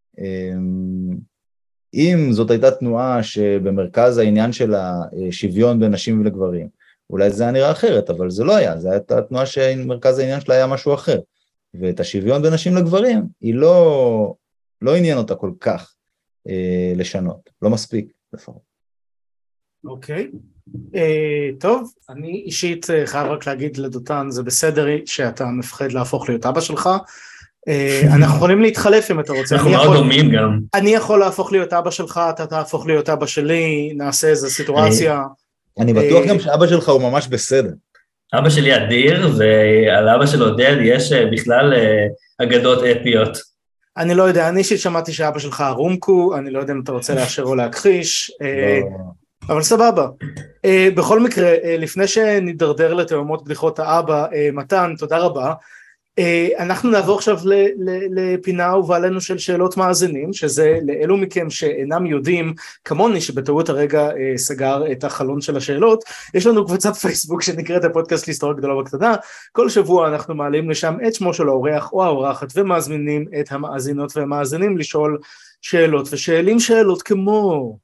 אם זאת הייתה תנועה שבמרכז העניין של השוויון בין נשים ולגברים, אולי זה היה נראה אחרת, אבל זה לא היה, זה הייתה תנועה שמרכז העניין שלה היה משהו אחר, ואת השוויון בין נשים לגברים, היא לא, לא עניין אותה כל כך אה, לשנות, לא מספיק לפחות. אוקיי, אה, טוב, אני אישית חייב רק להגיד לדותן, זה בסדר שאתה מפחד להפוך להיות אבא שלך, אנחנו יכולים להתחלף אם אתה רוצה. אנחנו מאוד דומים גם. אני יכול להפוך להיות אבא שלך, אתה תהפוך להיות אבא שלי, נעשה איזו סיטואציה. אני בטוח גם שאבא שלך הוא ממש בסדר. אבא שלי אדיר, ועל אבא של עודד יש בכלל אגדות אפיות. אני לא יודע, אני ששמעתי שאבא שלך הרומקו, אני לא יודע אם אתה רוצה לאשר או להכחיש, אבל סבבה. בכל מקרה, לפני שנדרדר לתאומות בדיחות האבא, מתן, תודה רבה. אנחנו נעבור עכשיו לפינה אהובה עלינו של שאלות מאזינים, שזה לאלו מכם שאינם יודעים, כמוני שבטעות הרגע סגר את החלון של השאלות, יש לנו קבוצת פייסבוק שנקראת הפודקאסט להיסטוריה גדולה בקטנה, כל שבוע אנחנו מעלים לשם את שמו של האורח או האורחת, ומזמינים את המאזינות והמאזינים לשאול שאלות, ושאלים שאלות כמו...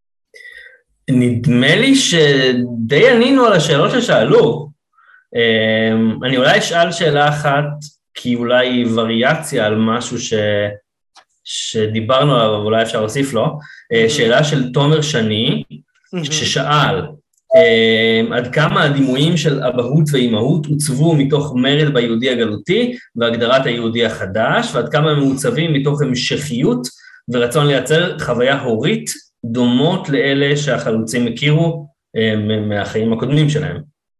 נדמה לי שדי ענינו על השאלות ששאלו, אני אולי אשאל שאלה אחת, כי אולי היא וריאציה על משהו ש... שדיברנו עליו, אבל אולי אפשר להוסיף לו, שאלה של תומר שני, ששאל, עד כמה הדימויים של אבהות ואימהות עוצבו מתוך מרד ביהודי הגלותי, והגדרת היהודי החדש, ועד כמה הם מעוצבים מתוך המשכיות, ורצון לייצר חוויה הורית דומות לאלה שהחלוצים הכירו מהחיים הקודמים שלהם.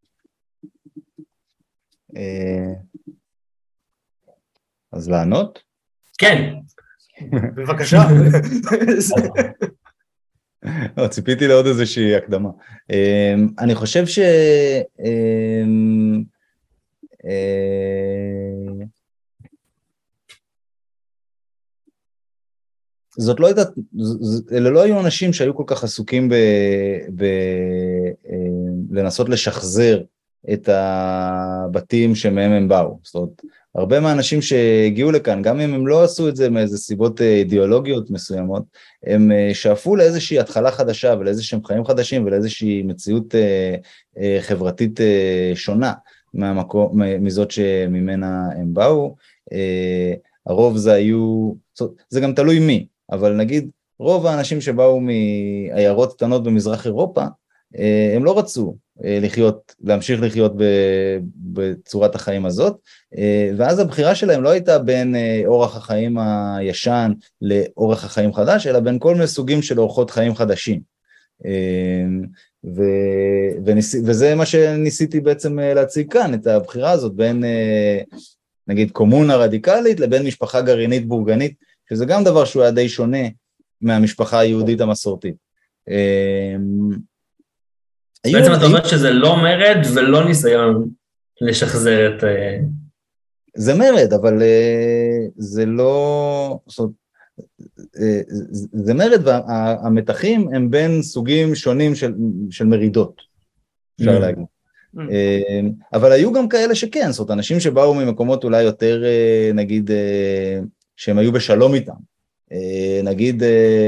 אז לענות? כן. בבקשה. לא, ציפיתי לעוד איזושהי הקדמה. אני חושב ש... זאת לא הייתה, אלה לא היו אנשים שהיו כל כך עסוקים ב... ב... לנסות לשחזר את הבתים שמהם הם באו. זאת אומרת, הרבה מהאנשים שהגיעו לכאן, גם אם הם לא עשו את זה מאיזה סיבות אידיאולוגיות מסוימות, הם שאפו לאיזושהי התחלה חדשה ולאיזשהם חיים חדשים ולאיזושהי מציאות חברתית שונה מהמקום, מזאת שממנה הם באו. הרוב זה היו, זה גם תלוי מי, אבל נגיד רוב האנשים שבאו מעיירות קטנות במזרח אירופה, הם לא רצו לחיות, להמשיך לחיות בצורת החיים הזאת, ואז הבחירה שלהם לא הייתה בין אורח החיים הישן לאורח החיים חדש, אלא בין כל מיני סוגים של אורחות חיים חדשים. ו... וניס... וזה מה שניסיתי בעצם להציג כאן, את הבחירה הזאת בין, נגיד, קומונה רדיקלית לבין משפחה גרעינית בורגנית, שזה גם דבר שהוא היה די שונה מהמשפחה היהודית המסורתית. בעצם אתה אומר שזה לא מרד ולא ניסיון לשחזר את... זה מרד, אבל זה לא... זה מרד, והמתחים הם בין סוגים שונים של, של מרידות, אפשר להגיד. אבל היו גם כאלה שכן, זאת אומרת, אנשים שבאו ממקומות אולי יותר, נגיד, שהם היו בשלום איתם. נגיד,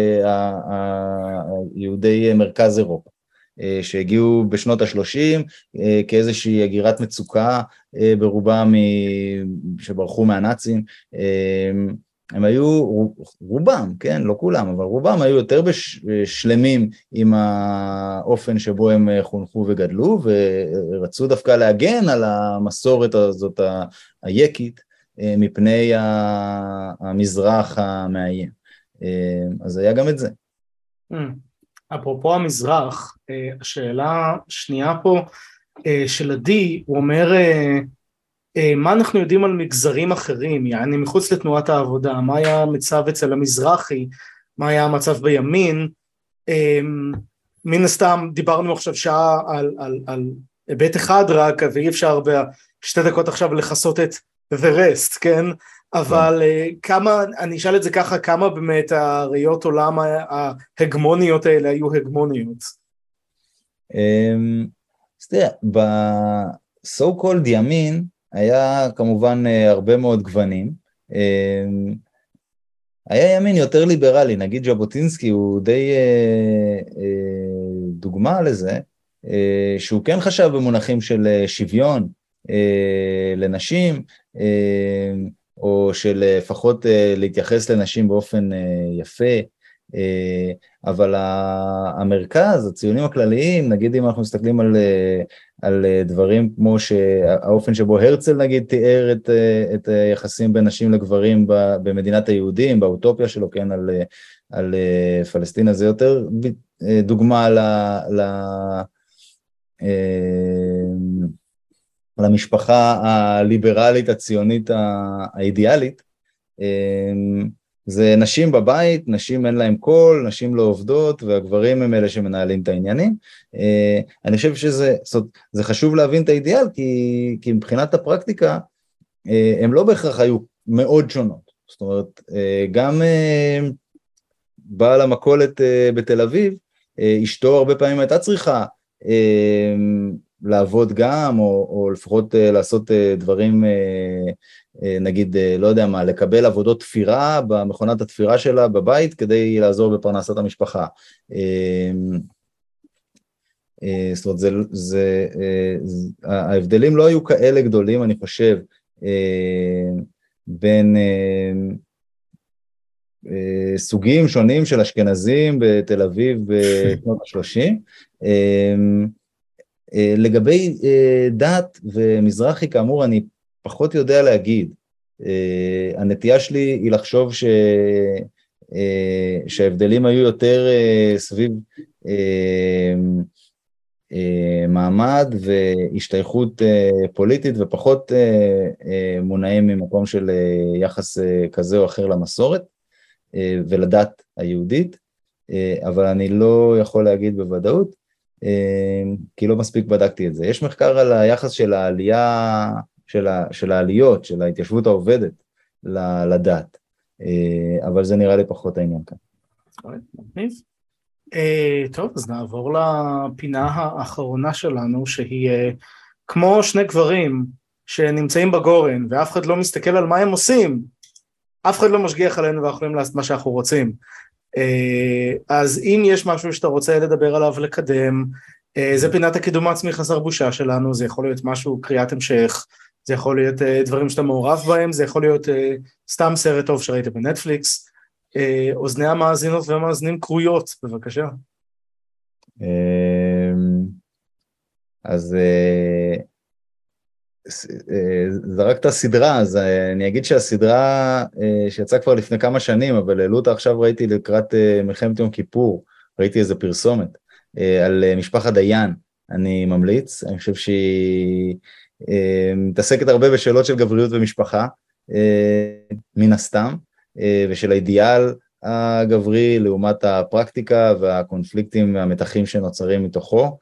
יהודי מרכז אירופה, שהגיעו בשנות ה-שלושים כאיזושהי הגירת מצוקה ברובם שברחו מהנאצים, הם היו, רובם, כן, לא כולם, אבל רובם היו יותר בשלמים עם האופן שבו הם חונכו וגדלו, ורצו דווקא להגן על המסורת הזאת היקית מפני המזרח המאיים. אז היה גם את זה. אפרופו המזרח, השאלה שנייה פה של עדי, הוא אומר, מה אנחנו יודעים על מגזרים אחרים, יעני מחוץ לתנועת העבודה, מה היה המצב אצל המזרחי, מה היה המצב בימין, מן הסתם דיברנו עכשיו שעה על, על, על היבט אחד רק, ואי אפשר בשתי דקות עכשיו לחסות את the rest, כן? אבל כמה, אני אשאל את זה ככה, כמה באמת הראיות עולם ההגמוניות האלה היו הגמוניות? אז תראה, ב-so called ימין, היה כמובן הרבה מאוד גוונים, היה ימין יותר ליברלי, נגיד ז'בוטינסקי הוא די דוגמה לזה, שהוא כן חשב במונחים של שוויון לנשים, או של לפחות להתייחס לנשים באופן יפה, אבל המרכז, הציונים הכלליים, נגיד אם אנחנו מסתכלים על, על דברים כמו שהאופן שבו הרצל נגיד תיאר את, את היחסים בין נשים לגברים במדינת היהודים, באוטופיה שלו, כן, על, על פלסטינה, זה יותר דוגמה ל, ל, למשפחה הליברלית, הציונית, האידיאלית, זה נשים בבית, נשים אין להם קול, נשים לא עובדות, והגברים הם אלה שמנהלים את העניינים. אני חושב שזה, זה חשוב להבין את האידיאל, כי, כי מבחינת הפרקטיקה, הם לא בהכרח היו מאוד שונות. זאת אומרת, גם בעל המכולת בתל אביב, אשתו הרבה פעמים הייתה צריכה לעבוד גם, או, או לפחות לעשות דברים, נגיד, לא יודע מה, לקבל עבודות תפירה במכונת התפירה שלה בבית, כדי לעזור בפרנסת המשפחה. זאת אומרת, זה, זה, ההבדלים לא היו כאלה גדולים, אני חושב, בין סוגים שונים של אשכנזים בתל אביב בשנות ה-שלושים. לגבי דת ומזרחי, כאמור, אני פחות יודע להגיד. הנטייה שלי היא לחשוב שההבדלים היו יותר סביב מעמד והשתייכות פוליטית, ופחות מונעים ממקום של יחס כזה או אחר למסורת ולדת היהודית, אבל אני לא יכול להגיד בוודאות, כי לא מספיק בדקתי את זה. יש מחקר על היחס של העלייה, של, ה, של העליות, של ההתיישבות העובדת לדת, אבל זה נראה לי פחות העניין כאן. טוב, אז נעבור לפינה האחרונה שלנו, שהיא כמו שני גברים שנמצאים בגורן, ואף אחד לא מסתכל על מה הם עושים, אף אחד לא משגיח עלינו ואנחנו לעשות מה שאנחנו רוצים. אז אם יש משהו שאתה רוצה לדבר עליו, לקדם, זה פינת הקידום העצמי חסר בושה שלנו, זה יכול להיות משהו, קריאת המשך, זה יכול להיות דברים שאתה מעורב בהם, זה יכול להיות סתם סרט טוב שראית בנטפליקס, אוזני המאזינות והמאזינים קרויות, בבקשה. אז זרקת סדרה, אז אני אגיד שהסדרה שיצאה כבר לפני כמה שנים, אבל העלו אותה עכשיו, ראיתי לקראת מלחמת יום כיפור, ראיתי איזה פרסומת על משפחת דיין, אני ממליץ, אני חושב שהיא מתעסקת הרבה בשאלות של גבריות ומשפחה, מן הסתם, ושל האידיאל הגברי לעומת הפרקטיקה והקונפליקטים והמתחים שנוצרים מתוכו,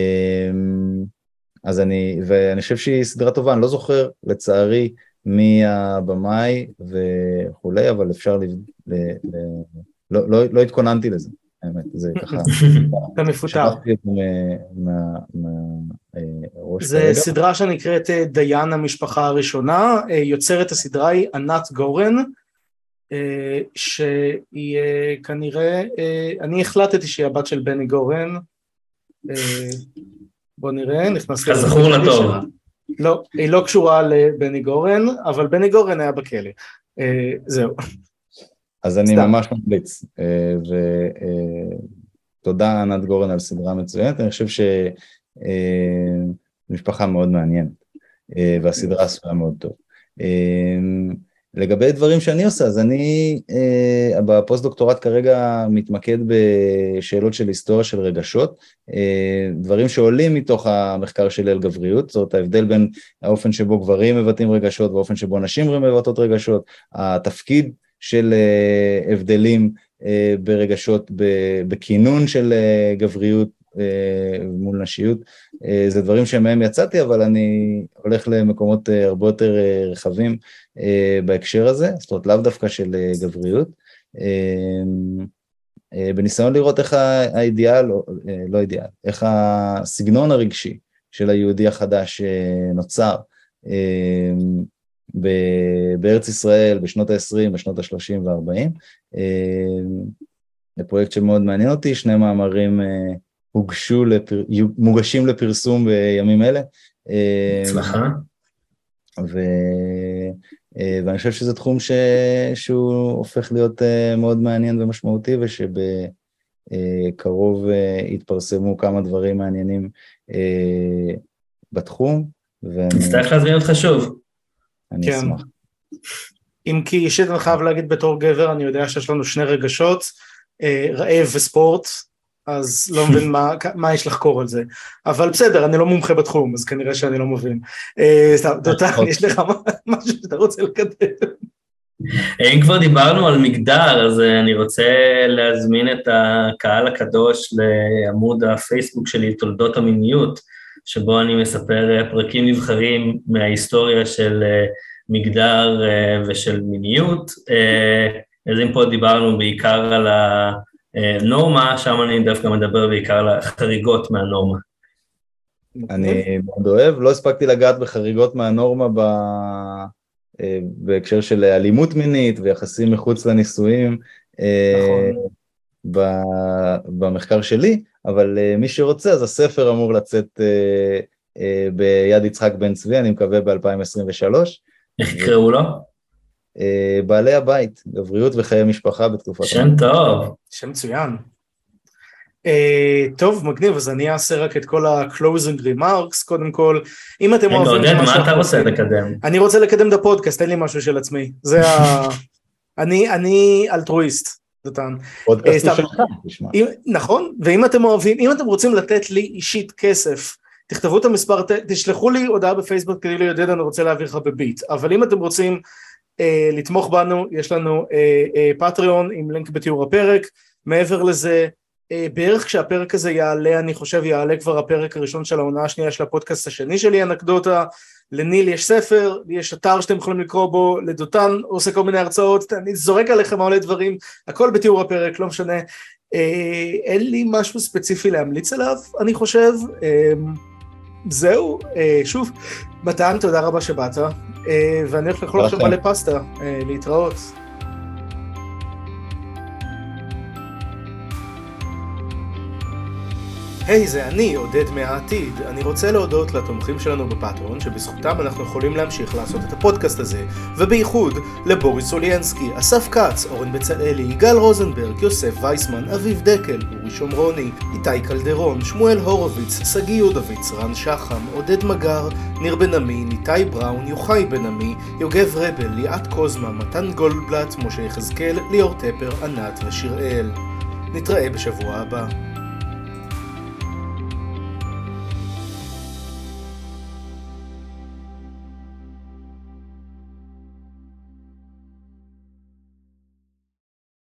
אז אני, ואני חושב שהיא סדרה טובה, אני לא זוכר לצערי מי הבמאי וכולי, אבל אפשר, ל, ל, ל, לא, לא, לא התכוננתי לזה, האמת, זה ככה, אתה מפותר. זה סדרה שנקראת דיין המשפחה הראשונה, יוצרת הסדרה היא ענת גורן, שהיא כנראה, אני החלטתי שהיא הבת של בני גורן, בוא נראה, נכנס... הזכור לטוב. לא, היא לא קשורה לבני גורן, אבל בני גורן היה בכלא. זהו. אז אני ממש ממליץ, ותודה ענת גורן על סדרה מצוינת, אני חושב שמשפחה מאוד מעניינת, והסדרה עשויה מאוד טוב. לגבי דברים שאני עושה, אז אני בפוסט דוקטורט כרגע מתמקד בשאלות של היסטוריה של רגשות, דברים שעולים מתוך המחקר של אל גבריות, זאת ההבדל בין האופן שבו גברים מבטאים רגשות, והאופן שבו נשים מבטאות רגשות, התפקיד של הבדלים ברגשות, בכינון של גבריות מול נשיות, זה דברים שמהם יצאתי, אבל אני הולך למקומות הרבה יותר רחבים בהקשר הזה, זאת אומרת לאו דווקא של גבריות, בניסיון לראות איך האידיאל, לא אידיאל, איך הסגנון הרגשי של היהודי החדש נוצר בארץ ישראל בשנות ה-עשרים, בשנות ה-שלושים וה-ארבעים, זה פרויקט שמאוד מעניין אותי, שני מאמרים הוגשו, לפר... מוגשים לפרסום בימים אלה. הצלחה. ו... ואני חושב שזה תחום ש... שהוא הופך להיות מאוד מעניין ומשמעותי, ושבקרוב יתפרסמו כמה דברים מעניינים בתחום. ואני... נצטרך להזמין אותך שוב. אני כן. אשמח. אם כי אישית אני חייב להגיד בתור גבר, אני יודע שיש לנו שני רגשות, רעב וספורט, אז לא מבין מה, מה יש לחקור על זה, אבל בסדר, אני לא מומחה בתחום, אז כנראה שאני לא מבין. דותן, יש לך משהו שאתה רוצה לקדם? אם כבר דיברנו על מגדר, אז אני רוצה להזמין את הקהל הקדוש לעמוד הפייסבוק שלי, תולדות המיניות, שבו אני מספר פרקים נבחרים מההיסטוריה של מגדר ושל מיניות, אז אם פה דיברנו בעיקר על ה... נורמה, שם אני דווקא מדבר בעיקר על החריגות מהנורמה. אני מאוד אוהב, לא הספקתי לגעת בחריגות מהנורמה ב... בהקשר של אלימות מינית ויחסים מחוץ לנישואים, נכון. ב... במחקר שלי, אבל מי שרוצה, אז הספר אמור לצאת ביד יצחק בן צבי, אני מקווה ב-אלפיים עשרים ושלוש. איך יקראו לו? בעלי הבית, גבריות וחיי משפחה בתקופת... שם טוב. שם מצוין. טוב, מגניב, אז אני אעשה רק את כל ה-closing remarks, קודם כל, אם אתם אוהבים... רגע, עודד, מה אתה רוצה לקדם? אני רוצה לקדם את הפודקאסט, אין לי משהו של עצמי. זה ה... אני אלטרואיסט, דותן. פודקאסט שלך, תשמע. נכון, ואם אתם אוהבים, אם אתם רוצים לתת לי אישית כסף, תכתבו את המספר, תשלחו לי הודעה בפייסבוק, כדי ליודד, אני רוצה להעביר לך בביט, אבל אם אתם רוצים אה, לתמוך בנו, יש לנו אה, אה, פטריון עם לינק בתיאור הפרק, מעבר לזה, אה, בערך כשהפרק הזה יעלה, אני חושב יעלה כבר הפרק הראשון של העונה השנייה של הפודקאסט השני שלי, אנקדוטה, לניל יש ספר, יש אתר שאתם יכולים לקרוא בו, לדותן עושה כל מיני הרצאות, אני זורק עליכם מלא דברים, הכל בתיאור הפרק, לא משנה, אה, אין לי משהו ספציפי להמליץ עליו, אני חושב, אה, זהו, אה, שוב, מתן, תודה רבה שבאת, אה, ואני הולך לאכול עכשיו מלא פסטה, אה, להתראות. היי, hey, זה אני, עודד מהעתיד. אני רוצה להודות לתומכים שלנו בפטריון, שבזכותם אנחנו יכולים להמשיך לעשות את הפודקאסט הזה, ובייחוד לבוריס אוליינסקי, אסף כץ, אורן בצלאלי, יגאל רוזנברג, יוסף וייסמן, אביב דקל, אורי שומרוני, איתי קלדרון, שמואל הורוביץ, סגי יודוביץ, רן שחם, עודד מגר, ניר בן עמי, ניתי בראון, יוחאי בן עמי, יוגב רבל, ליאת קוזמה, מתן גולדבלט, משה יחזקאל, ליאור טפר, ענת ושיראל. נתראה בשבוע הבא.